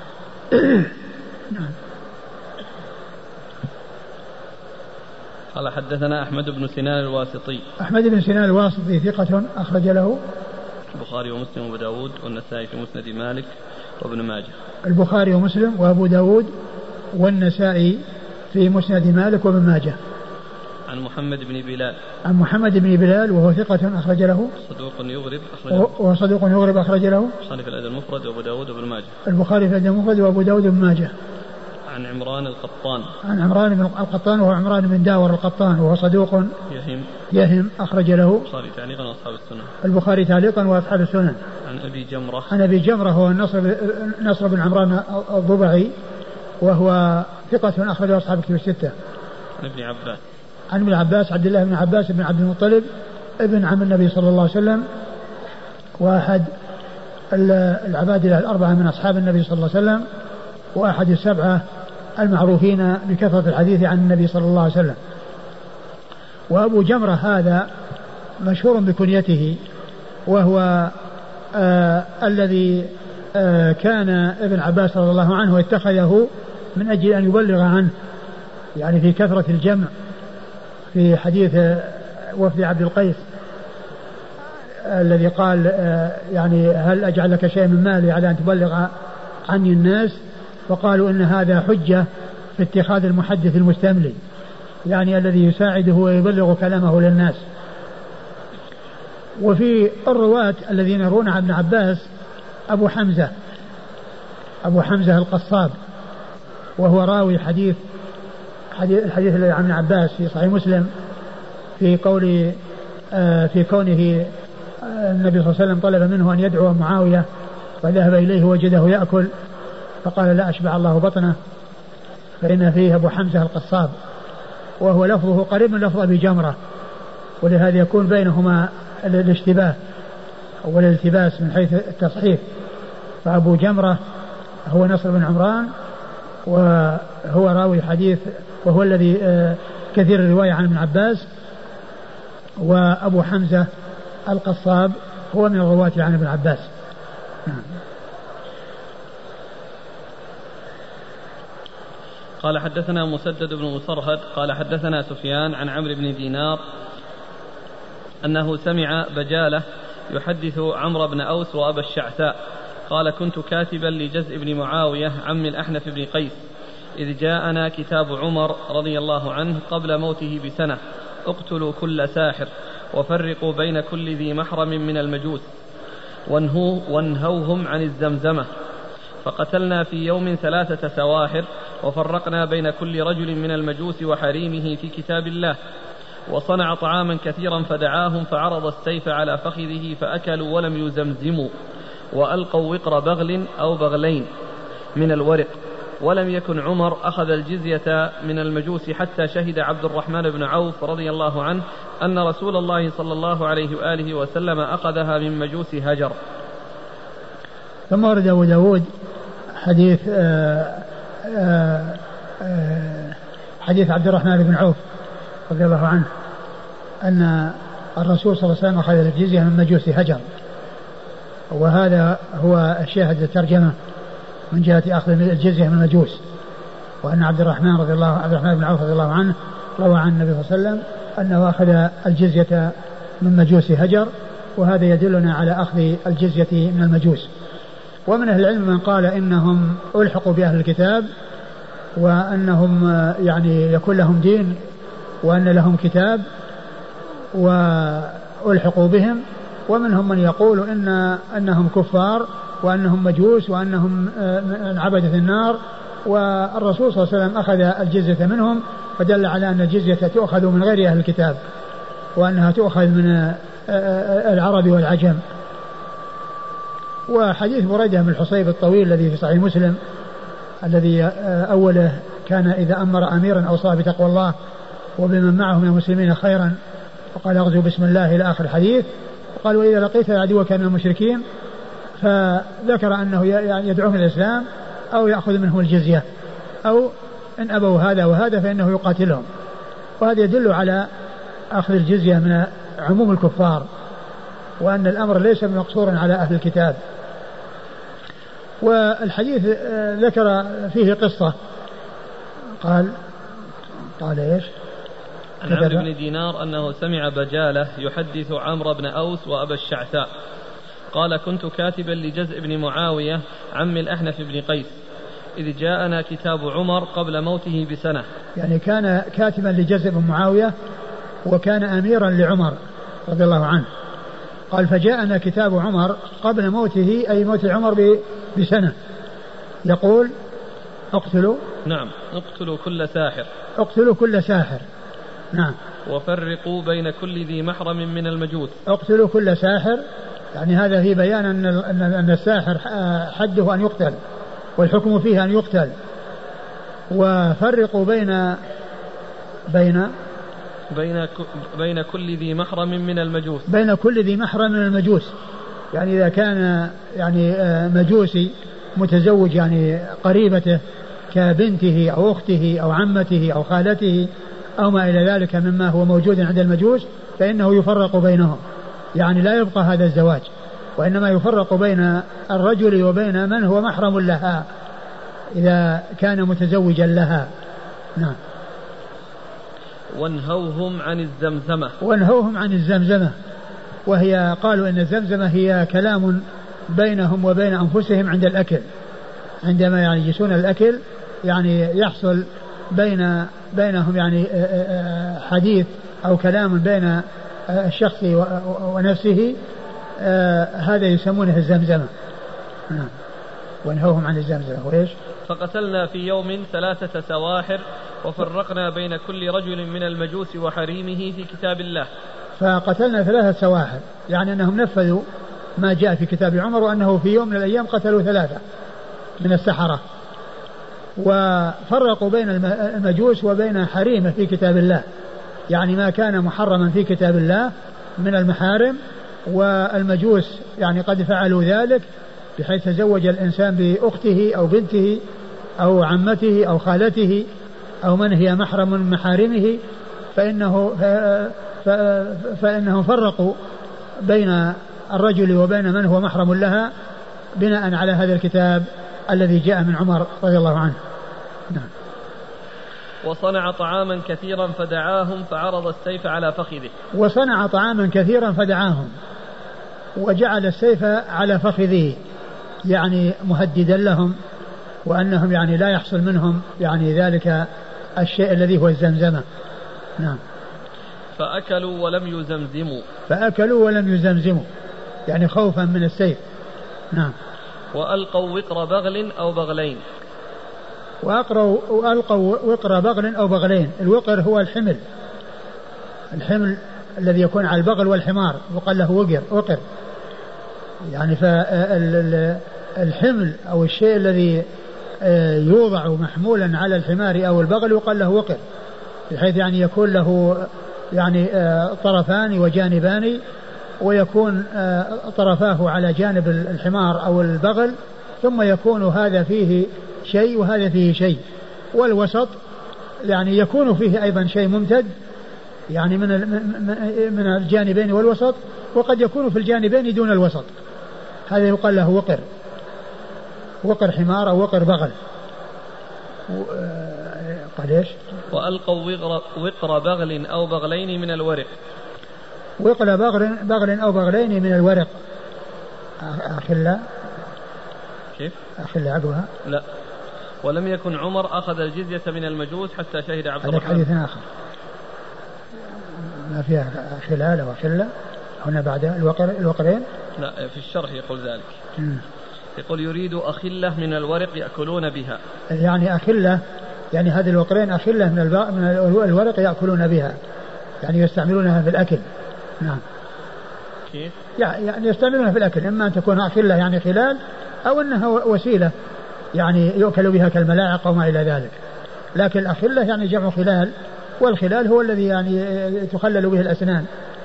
قال حدثنا أحمد بن سنان الواسطي. أحمد بن سنان الواسطي ثقة أخرج له البخاري ومسلم وابو داود والنسائي في مسند مالك وابن ماجه. البخاري ومسلم وابو داود والنسائي في مسند مالك وابن ماجه. عن محمد بن بلال. عن محمد بن بلال وهو ثقة أخرج له. صدوق يغرب أخرج له. وهو صدوق يغرب أخرج له. البخاري في الأدب المفرد وابو داود وابن ماجه. البخاري في الأدب المفرد وابو داود وابن ماجه. عن عمران القطان. عن عمران بن القطان وهو عمران بن داور القطان وهو صدوق يهم يهم أخرج له. البخاري تعليقا وأصحاب السنن. البخاري تعليقا وأصحاب السنن. عن أبي جمرة. عن أبي جمرة هو النصر نصر بن عمران الضبعي وهو ثقة أخرج أصحاب الكتب الستة. عن ابن عباس. عن ابن عباس عبد الله بن عباس بن عبد المطلب ابن عم النبي صلى الله عليه وسلم وأحد العبادلة الأربعة من أصحاب النبي صلى الله عليه وسلم وأحد السبعة المعروفين بكثرة الحديث عن النبي صلى الله عليه وسلم. وأبو جمرة هذا مشهور بكنيته وهو آه الذي آه كان ابن عباس رضي الله عنه اتخذه من أجل أن يبلغ عنه يعني في كثرة الجمع في حديث وفد عبد القيس الذي قال آه يعني هل أجعل لك شيء من مالي على أن تبلغ عني الناس وقالوا إن هذا حجة في اتخاذ المحدث المستملي يعني الذي يساعده ويبلغ كلامه للناس. وفي الرواة الذين يرون عن ابن عباس أبو حمزة أبو حمزة القصاب وهو راوي حديث حديث الحديث الذي عن ابن عباس في صحيح مسلم في قول آه في كونه آه النبي صلى الله عليه وسلم طلب منه أن يدعو معاوية فذهب إليه وجده يأكل فقال لا أشبع الله بطنه فإن فيه أبو حمزة القصاب وهو لفظه قريب من لفظ أبي جمرة ولهذا يكون بينهما الاشتباه والالتباس من حيث التصحيح. فأبو جمرة هو نصر بن عمران وهو راوي حديث وهو الذي كثير الرواية عن ابن عباس وأبو حمزة القصاب هو من الرواة عن ابن عباس. قال حدثنا مسدد بن مسرهد قال حدثنا سفيان عن عمرو بن دينار أنه سمع بجالة يحدث عمرو بن أوس وأبا الشعثاء قال كنت كاتبا لجزء بن معاوية عم الأحنف بن قيس إذ جاءنا كتاب عمر رضي الله عنه قبل موته بسنة اقتلوا كل ساحر وفرقوا بين كل ذي محرم من المجوس وانهو وانهوهم عن الزمزمة فقتلنا في يوم ثلاثة سواحر وفرقنا بين كل رجل من المجوس وحريمه في كتاب الله وصنع طعاما كثيرا فدعاهم فعرض السيف على فخذه فأكلوا ولم يزمزموا وألقوا وقر بغل أو بغلين من الورق ولم يكن عمر أخذ الجزية من المجوس حتى شهد عبد الرحمن بن عوف رضي الله عنه أن رسول الله صلى الله عليه وآله وسلم أخذها من مجوس هجر. ثم ورد أبو داود حديث آآ آآ آآ حديث عبد الرحمن بن عوف رضي الله عنه أن الرسول صلى الله عليه وسلم أخذ الجزية من مجوس هجر وهذا هو الشاهد الترجمة من جهة أخذ الجزية من المجوس وأن عبد الرحمن رضي الله عبد الرحمن بن عوف رضي الله عنه روى عن النبي صلى الله عليه وسلم أنه أخذ الجزية من مجوس هجر وهذا يدلنا على أخذ الجزية من المجوس. ومن أهل العلم من قال إنهم ألحقوا بأهل الكتاب وأنهم يعني يكون لهم دين وأن لهم كتاب وألحقوا بهم، ومنهم من يقول إن أنهم كفار وأنهم مجوس وأنهم من عبدة النار، والرسول صلى الله عليه وسلم أخذ الجزية منهم، فدل على أن الجزية تؤخذ من غير أهل الكتاب وأنها تؤخذ من العرب والعجم. وحديث بريدة بن الحصيب الطويل الذي في صحيح مسلم الذي أوله كان إذا أمر أميرا أوصاه بتقوى الله وبمن معه من المسلمين خيرا وقال اغزوا بسم الله إلى آخر الحديث، وقال وإذا لقيت عدوك من المشركين، فذكر أنه يدعوهم إلى الإسلام أو يأخذ منهم الجزية، أو إن أبوا هذا وهذا فإنه يقاتلهم. وهذا يدل على أخذ الجزية من عموم الكفار، وأن الأمر ليس مقصورا على أهل الكتاب. والحديث ذكر فيه قصة، قال قال إيش؟ عن عمرو بن دينار أنه سمع بجالة يحدث عمرو بن أوس وأبا الشعثاء قال كنت كاتبا لجزء بن معاوية عم الأحنف بن قيس إذ جاءنا كتاب عمر قبل موته بسنة. يعني كان كاتبا لجزء بن معاوية وكان أميرا لعمر رضي الله عنه. قال فجاءنا كتاب عمر قبل موته أي موت عمر بسنة، يقول اقتلوا نعم اقتلوا كل ساحر اقتلوا كل ساحر نعم وفرقوا بين كل ذي محرم من المجوس. اقتلوا كل ساحر، يعني هذا في بيان أن أن الساحر حده أن يقتل والحكم فيه أن يقتل. وفرقوا بين بين بين بين كل ذي محرم من المجوس بين كل ذي محرم من المجوس، يعني إذا كان يعني مجوسي متزوج يعني قريبته كبنته أو أخته أو عمته أو خالته أو ما إلى ذلك مما هو موجود عند المجوس فإنه يفرق بينهم، يعني لا يبقى هذا الزواج، وإنما يفرق بين الرجل وبين من هو محرم لها إذا كان متزوجا لها. نعم. وانهوهم عن الزمزمة وانهوهم عن الزمزمة، وهي قالوا إن الزمزمة هي كلام بينهم وبين أنفسهم عند الأكل، عندما يعني يجلسون الأكل يعني يحصل بين بينهم يعني حديث أو كلام بين الشخص ونفسه، هذا يسمونه الزمزمة. نعم. وانهوهم عن الزمزمة. وإيش؟ فقتلنا في يوم ثلاثة سواحر وفرقنا بين كل رجل من المجوس وحريمه في كتاب الله. فقتلنا ثلاثة سواحر، يعني أنهم نفذوا ما جاء في كتاب عمر، وأنه في يوم من الأيام قتلوا ثلاثة من السحرة، وفرقوا بين المجوس وبين حريمه في كتاب الله، يعني ما كان محرما في كتاب الله من المحارم، والمجوس يعني قد فعلوا ذلك بحيث تزوج الإنسان بأخته أو بنته أو عمته أو خالته أو من هي محرم من محارمه، فإنه فإنهم فرقوا بين الرجل وبين من هو محرم لها بناء على هذا الكتاب الذي جاء من عمر رضي الله عنه. نعم. وصنع طعاما كثيرا فدعاهم فعرض السيف على فخذه. وصنع طعاما كثيرا فدعاهم وجعل السيف على فخذه، يعني مهددا لهم وأنهم يعني لا يحصل منهم يعني ذلك الشيء الذي هو الزمزمة. نعم. فأكلوا ولم يزمزموا. فأكلوا ولم يزمزموا، يعني خوفا من السيف. نعم. وألقوا وقر بغل أو بغلين. وأقروا وألقوا وقر بغل أو بغلين. الوقر هو الحمل، الحمل الذي يكون على البغل والحمار وقال له وقر وقر، يعني فالحمل أو الشيء الذي يوضع محمولا على الحمار أو البغل وقال له وقر، بحيث يعني يكون له يعني طرفان وجانبان، ويكون طرفاه على جانب الحمار أو البغل، ثم يكون هذا فيه شيء وهذا فيه شيء، والوسط يعني يكون فيه أيضا شيء ممتد يعني من من الجانبين والوسط، وقد يكون في الجانبين دون الوسط، هذا يقال له وقر، وقر حمار أو وقر بغل. قال ايش؟ وألقوا وقر بغل أو بغلين من الورق. وقر بغل بغل أو بغلين من الورق. أخلا كيف؟ أخلا عقبها. لا. ولم يكن عمر أخذ الجزية من المجوس حتى شهد عبد الرحمن. هذا حديث آخر ما فيها خلال وخلة هنا بعد الوقر الوقرين. لا في الشرح يقول ذلك. م. يقول يريد أخلة من الورق يأكلون بها. يعني أخلة يعني هذه الوقرين أخلة من, من الورق يأكلون بها يعني يستعملونها في الأكل. نعم. كيف؟ يعني يستعملونها في الأكل إما أن تكون أخلة يعني خلال أو أنها وسيلة يعني يؤكل بها كالملاعق أو ما إلى ذلك. لكن الأخلة يعني جمع خلال والخلال هو الذي يعني تخلل به الأسنان.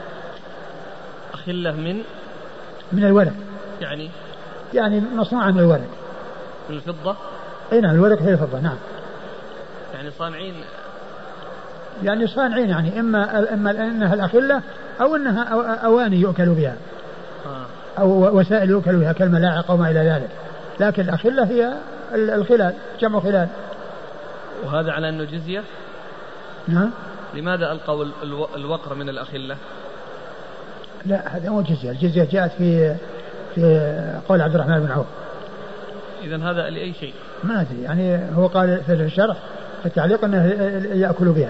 أخلة من من الورق يعني يعني مصنوعة من الورق من الفضة. أي نعم الورق هي الفضة. نعم يعني صانعين يعني صانعين يعني إما إما أنها الأخلة أو أنها أواني يؤكل بها أو وسائل يؤكل بها كالملاعق أو ما إلى ذلك. لكن الأخلة هي الخلال جمع خلال. وهذا على أنه جزية. نعم. لماذا ألقوا الوقر من الأخلة؟ لا هذا مو جزية. الجزية جاءت في في قول عبد الرحمن بن عوف. إذن هذا لأي شيء ما أدري يعني هو قال في الشرح في التعليق أنه يأكل بها.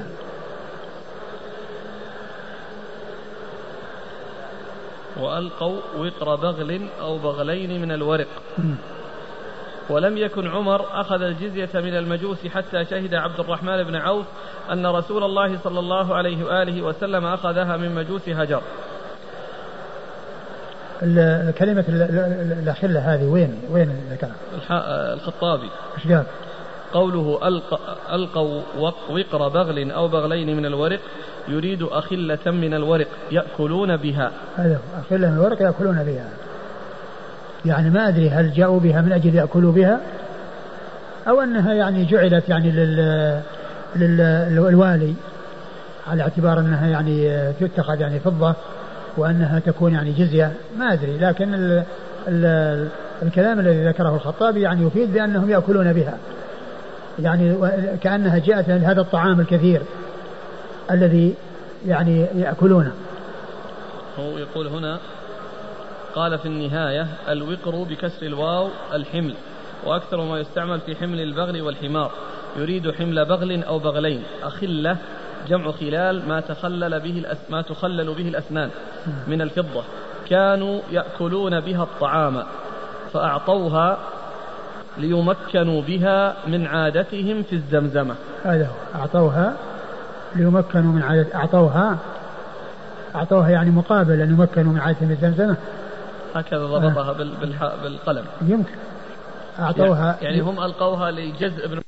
وألقوا وقر بغل أو بغلين من الورق. م. ولم يكن عمر أخذ الجزية من المجوس حتى شهد عبد الرحمن بن عوف أن رسول الله صلى الله عليه وآله وسلم أخذها من مجوس هجر. كلمة الأخلة هذه وين وين ذكرها؟ الخطابي. إيش قال؟ قوله ألقوا وقر بغل أو بغلين من الورق يريد أخلة من الورق يأكلون بها. هذا أخلة من الورق يأكلون بها يعني ما أدري هل جاءوا بها من أجل يأكلوا بها أو أنها يعني جعلت يعني لل للوالي على اعتبار أنها يعني تتخذ يعني فضة وأنها تكون يعني جزية ما أدري. لكن ال ال الكلام الذي ذكره الخطابي يعني يفيد بأنهم يأكلون بها يعني كأنها جاءت من هذا الطعام الكثير الذي يعني يأكلونه. هو يقول هنا قال في النهاية الوقر بكسر الواو الحمل وأكثر ما يستعمل في حمل البغل والحمار يريد حمل بغل أو بغلين. أخلة جمع خلال ما تخلل به الأس... ما تخلل به الأسنان من الفضة كانوا يأكلون بها الطعام فأعطوها ليمكنوا بها من عادتهم في الزمزمة. هذا هو أعطوها ليمكنوا من عادة أعطوها أعطوها يعني مقابل أن يمكنوا من عادتهم في الزمزمة. هكذا ضبطها آه. بالقلم يمكن أعطوها يعني, يعني هم ألقوها لجزء ابن